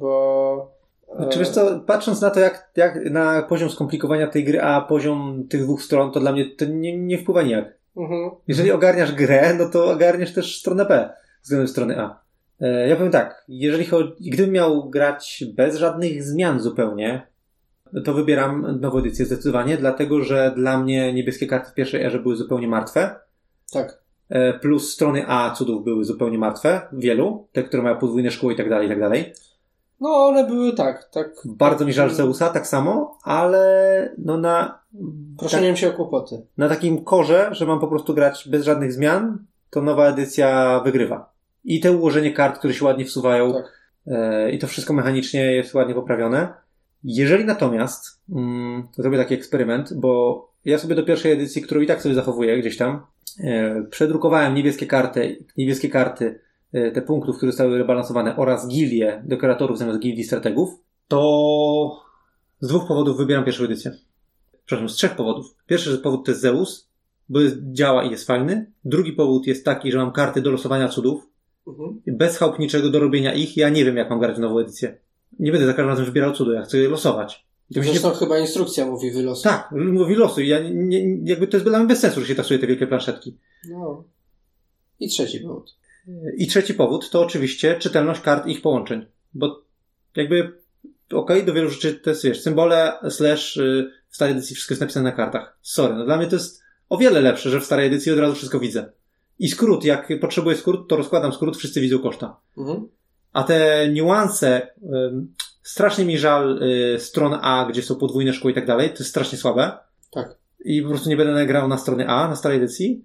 Bo... Czy wiesz co, patrząc na to, jak, jak na poziom skomplikowania tej gry, a poziom tych dwóch stron, to dla mnie to nie, nie wpływa nijak. Mhm. Jeżeli ogarniasz grę, no to ogarniasz też stronę B względem strony A. E, ja powiem tak, jeżeli chodzi, gdybym miał grać bez żadnych zmian zupełnie, to wybieram nową edycję zdecydowanie, dlatego że dla mnie niebieskie karty w pierwszej erze były zupełnie martwe. Tak. E, plus strony A cudów były zupełnie martwe, wielu, te, które mają podwójne szkło i tak dalej, i tak dalej. No, one były tak, tak. Bardzo mi żal Zeusa, tak samo, ale no na... Proszeniem tak, się o kłopoty. Na takim korze, że mam po prostu grać bez żadnych zmian, to nowa edycja wygrywa. I te ułożenie kart, które się ładnie wsuwają, tak. e, i to wszystko mechanicznie jest ładnie poprawione. Jeżeli natomiast, mm, to zrobię taki eksperyment, bo ja sobie do pierwszej edycji, którą i tak sobie zachowuję gdzieś tam, e, przedrukowałem niebieskie karty, niebieskie karty, te punktów, które zostały rebalansowane oraz gildie dekoratorów zamiast gildii strategów, to z dwóch powodów wybieram pierwszą edycję. przepraszam, z trzech powodów. Pierwszy powód to jest Zeus, bo jest, działa i jest fajny. Drugi powód jest taki, że mam karty do losowania cudów. Mhm. Bez chałupniczego do robienia ich, ja nie wiem, jak mam grać w nową edycję. Nie będę za każdym razem wybierał cudu, ja chcę je losować. Zresztą nie... chyba instrukcja mówi wylosuj. Tak, mówi losuj. Ja nie, nie, jakby to jest dla mnie bez sensu, że się tasuje te wielkie planszetki. No. I trzeci powód. I trzeci powód to oczywiście czytelność kart i ich połączeń. Bo jakby okej, okay, do wielu rzeczy to jest, wiesz, symbole slash yy, w starej edycji wszystko jest napisane na kartach. Sorry, no dla mnie to jest o wiele lepsze, że w starej edycji od razu wszystko widzę. I skrót, jak potrzebuję skrót, to rozkładam skrót, wszyscy widzą koszta. Mhm. A te niuanse, y, strasznie mi żal y, stron A, gdzie są podwójne szkło i tak dalej, to jest strasznie słabe. Tak. I po prostu nie będę grał na stronie A, na starej edycji.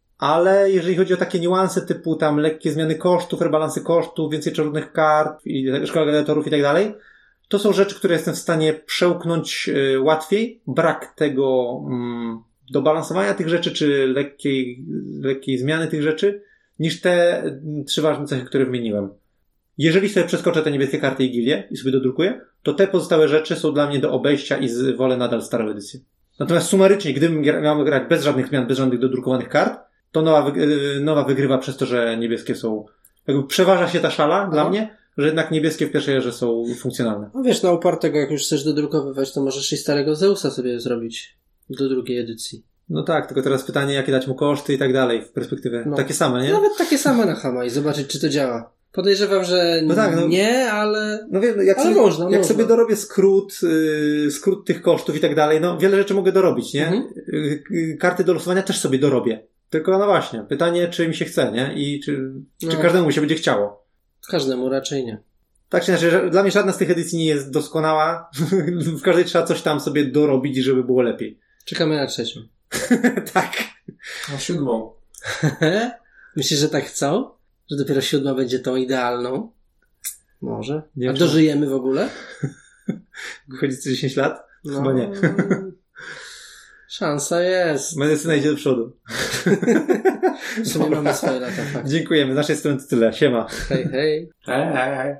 Ale jeżeli chodzi o takie niuanse typu tam lekkie zmiany kosztów, rebalansy kosztów, więcej czarnych kart, i szkoła gladiatorów i tak dalej, to są rzeczy, które jestem w stanie przełknąć y, łatwiej. Brak tego mm, dobalansowania tych rzeczy, czy lekkiej, lekkiej zmiany tych rzeczy, niż te y, trzy ważne cechy, które wymieniłem. Jeżeli sobie przeskoczę te niebieskie karty i gilie i sobie dodrukuję, to te pozostałe rzeczy są dla mnie do obejścia i z, wolę nadal starą edycję. Natomiast sumarycznie, gdybym miał grać bez żadnych zmian, bez żadnych dodrukowanych kart, to nowa, wyg- nowa wygrywa przez to, że niebieskie są... Jakby przeważa się ta szala Aha. dla mnie, że jednak niebieskie w pierwszej erze są funkcjonalne. No wiesz, na upartego, jak już chcesz dodrukowywać, to możesz i starego Zeusa sobie zrobić do drugiej edycji. No tak, tylko teraz pytanie, jakie dać mu koszty i tak dalej w perspektywie. No. Takie same, nie? Nawet takie same na Hama i zobaczyć, czy to działa. Podejrzewam, że no tak, no, nie, ale, no wiem, jak ale sobie, można. Jak można. sobie dorobię skrót, yy, skrót tych kosztów i tak dalej, no wiele rzeczy mogę dorobić, nie? Mhm. Yy, karty do losowania też sobie dorobię. Tylko no właśnie, pytanie, czy mi się chce, nie? I czy, no. czy każdemu się będzie chciało. Każdemu raczej nie. Tak czy inaczej, dla mnie żadna z tych edycji nie jest doskonała. W każdej trzeba coś tam sobie dorobić, żeby było lepiej. Czekamy na trzecią. Tak. Na siódmą. Myślisz, że tak chcą? Że dopiero siódma będzie tą idealną? Może. Nie A dożyjemy w ogóle? Chodzi co dziesięć lat? No, chyba nie. Szansa jest. Medycyna idzie do przodu. W sumie mamy swoje lata, fakt. Dziękujemy. Z naszej strony to tyle. Siema. Hej, hej. Hej, hej, hej.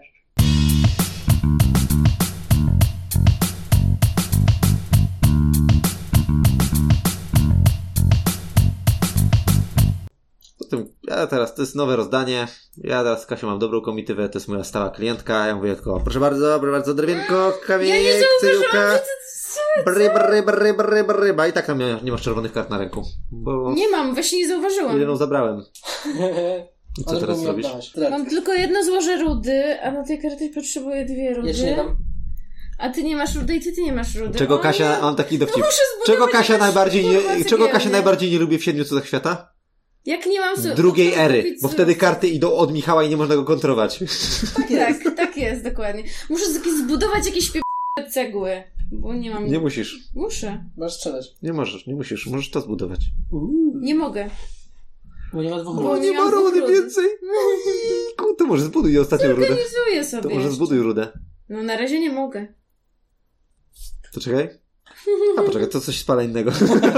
Ja teraz, to jest nowe rozdanie. Ja teraz z Kasią mam dobrą komitywę, to jest moja stała klientka. Ja mówię tylko, proszę bardzo, proszę bardzo, drewienko, kamieniek, cejułka. Bry, bry, bry, bry, bry, bry. I tak tam nie, nie masz czerwonych kart na ręku. Bo nie mam, właśnie nie zauważyłam. Jedną zabrałem. I co ale teraz robisz? Mam tylko jedno złoże rudy, a na tej karcie potrzebuję dwie rudy. Ja ci nie dam. A ty nie masz rudy i ty, ty nie masz rudy. Czego o, Kasia, nie. mam taki dowcip. No czego Kasia najbardziej nie, czego Kasia najbardziej nie lubi w Siedmiu Cudach Świata? Jak nie mam sobie drugiej ery, bo wtedy karty idą od Michała i nie można go kontrolować. Tak jest, tak, tak jest, dokładnie. Muszę zbudować jakieś p***e cegły, bo nie mam... Nie musisz. Muszę. Masz strzelać. Nie możesz, nie musisz. Możesz to zbudować. Uuu. Nie mogę. Bo nie ma dwóch rudy. Bo nie ma rudy więcej. To może zbuduj ostatnią rudę. Zorganizuję sobie. To może zbuduj rudę. No na razie nie mogę. To czekaj. A poczekaj, to coś spala innego.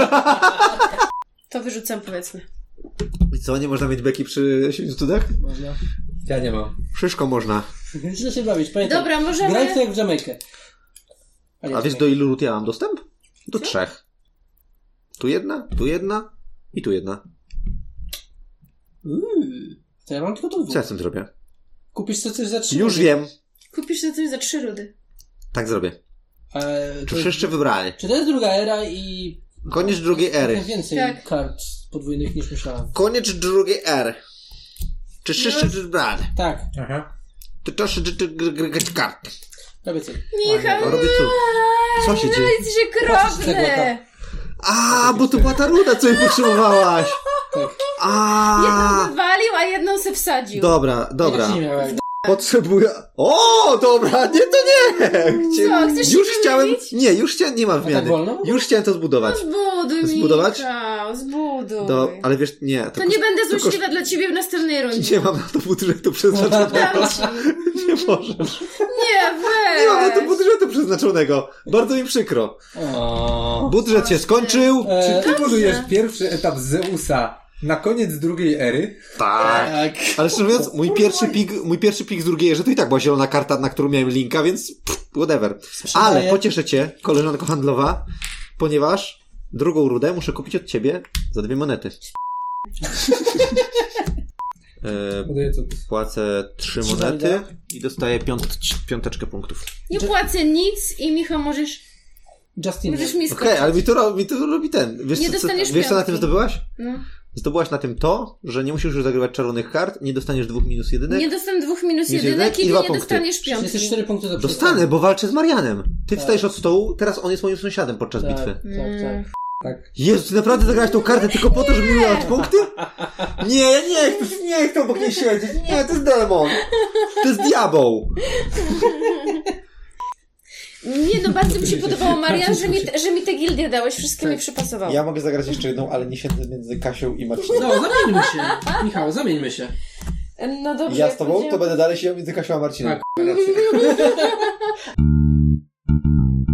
To wyrzucam, powiedzmy. I co, nie można mieć beki przy Siedmiu Cudach? Można. Ja nie mam. Wszystko można. Źle się bawić, pamiętaj. Dobra, możemy... Graj to jak w Jamaikę. A, A wiesz do ilu ród ja mam dostęp? Do co? trzech. Tu jedna, tu jedna i tu jedna. Uuu. To ja mam tylko to dwóch. Co ja z tym zrobię? Kupisz sobie coś za trzy Już rudy. wiem. Kupisz sobie coś za trzy rudy. Tak zrobię. Eee, Czy wszyscy wybrali? Czy to jest druga era i... Koniec drugiej ery. Trochę więcej tak. kart podwójnych niż myślałem. Koniec drugiej ery. Czy wszyscy wybrali? Tak. Aha. To to się grać karty. Robię coś. Michał, robię co? Co się dzieje? Jesteś okropny. A, bo to była ta ruda, co jej potrzebowałaś. Tak. A. Jedną wywalił, a jedną se wsadził. Dobra, dobra. Ja Potrzebuję... O, dobra, nie, to nie! Chcie... Co, chcesz już się chciałem... wymienić? Nie, już chciałem... Nie ma wymiany. Tak wolno? Już chciałem to zbudować. No zbuduj, Zbudować? Michał, zbuduj. Do... Ale wiesz, nie. To, to koszt... nie będę to złośliwa koszt... dla ciebie w następnej rundzie. Nie mam na to budżetu przeznaczonego. Dam ci. Nie możesz. Nie, weź. Nie mam na to budżetu przeznaczonego. Bardzo mi przykro. O. Budżet się skończył. Czy ty budujesz pierwszy etap Zeusa na koniec drugiej ery? Tak. Tak. Ale szczerze mówiąc, mój pierwszy pik, mój pierwszy pik z drugiej erze to i tak była zielona karta, na którą miałem linka, więc pff, whatever. Ale pocieszę cię, koleżanko handlowa. ponieważ drugą rudę muszę kupić od ciebie za dwie monety. E, płacę trzy monety i dostaję piąt, piąteczkę punktów. Nie płacę nic i Michał możesz... Justin. Możesz mi skoczyć. Okej, okay, ale mi to, mi to robi ten. Wiesz, nie co, dostaniesz co, wiesz co na tym piątki. zdobyłaś? No. Zdobyłaś na tym to, że nie musisz już zagrywać czerwonych kart, nie dostaniesz dwóch minus jedynek. Nie dostanę dwóch minus minus jedynek, jedynek i kiedy dwa nie punkty. dostaniesz piątki. Jesteś cztery punkty do Dostanę, bo walczę z Marianem. Ty Tak. wstajesz od stołu, teraz on jest moim sąsiadem podczas Tak, bitwy. tak, tak. Tak. Jezu, ty naprawdę zagrałeś tą kartę tylko po to, żeby mi dać punkty? Nie, ja nie chcę, nie chcę obok niej siedzieć. Nie, to jest demon. To jest diabeł. Nie, no bardzo mi się podobało, Marian, że mi, że mi te gildie dałeś, wszystkie Tak. mi przypasowało. Ja mogę zagrać jeszcze jedną, ale nie siedzę między Kasią i Marcinem. No, zamieńmy się. Michał, zamieńmy się. No dobrze. Ja z tobą, powiedziałam- to będę dalej siedział między Kasią a Marcinem. Tak.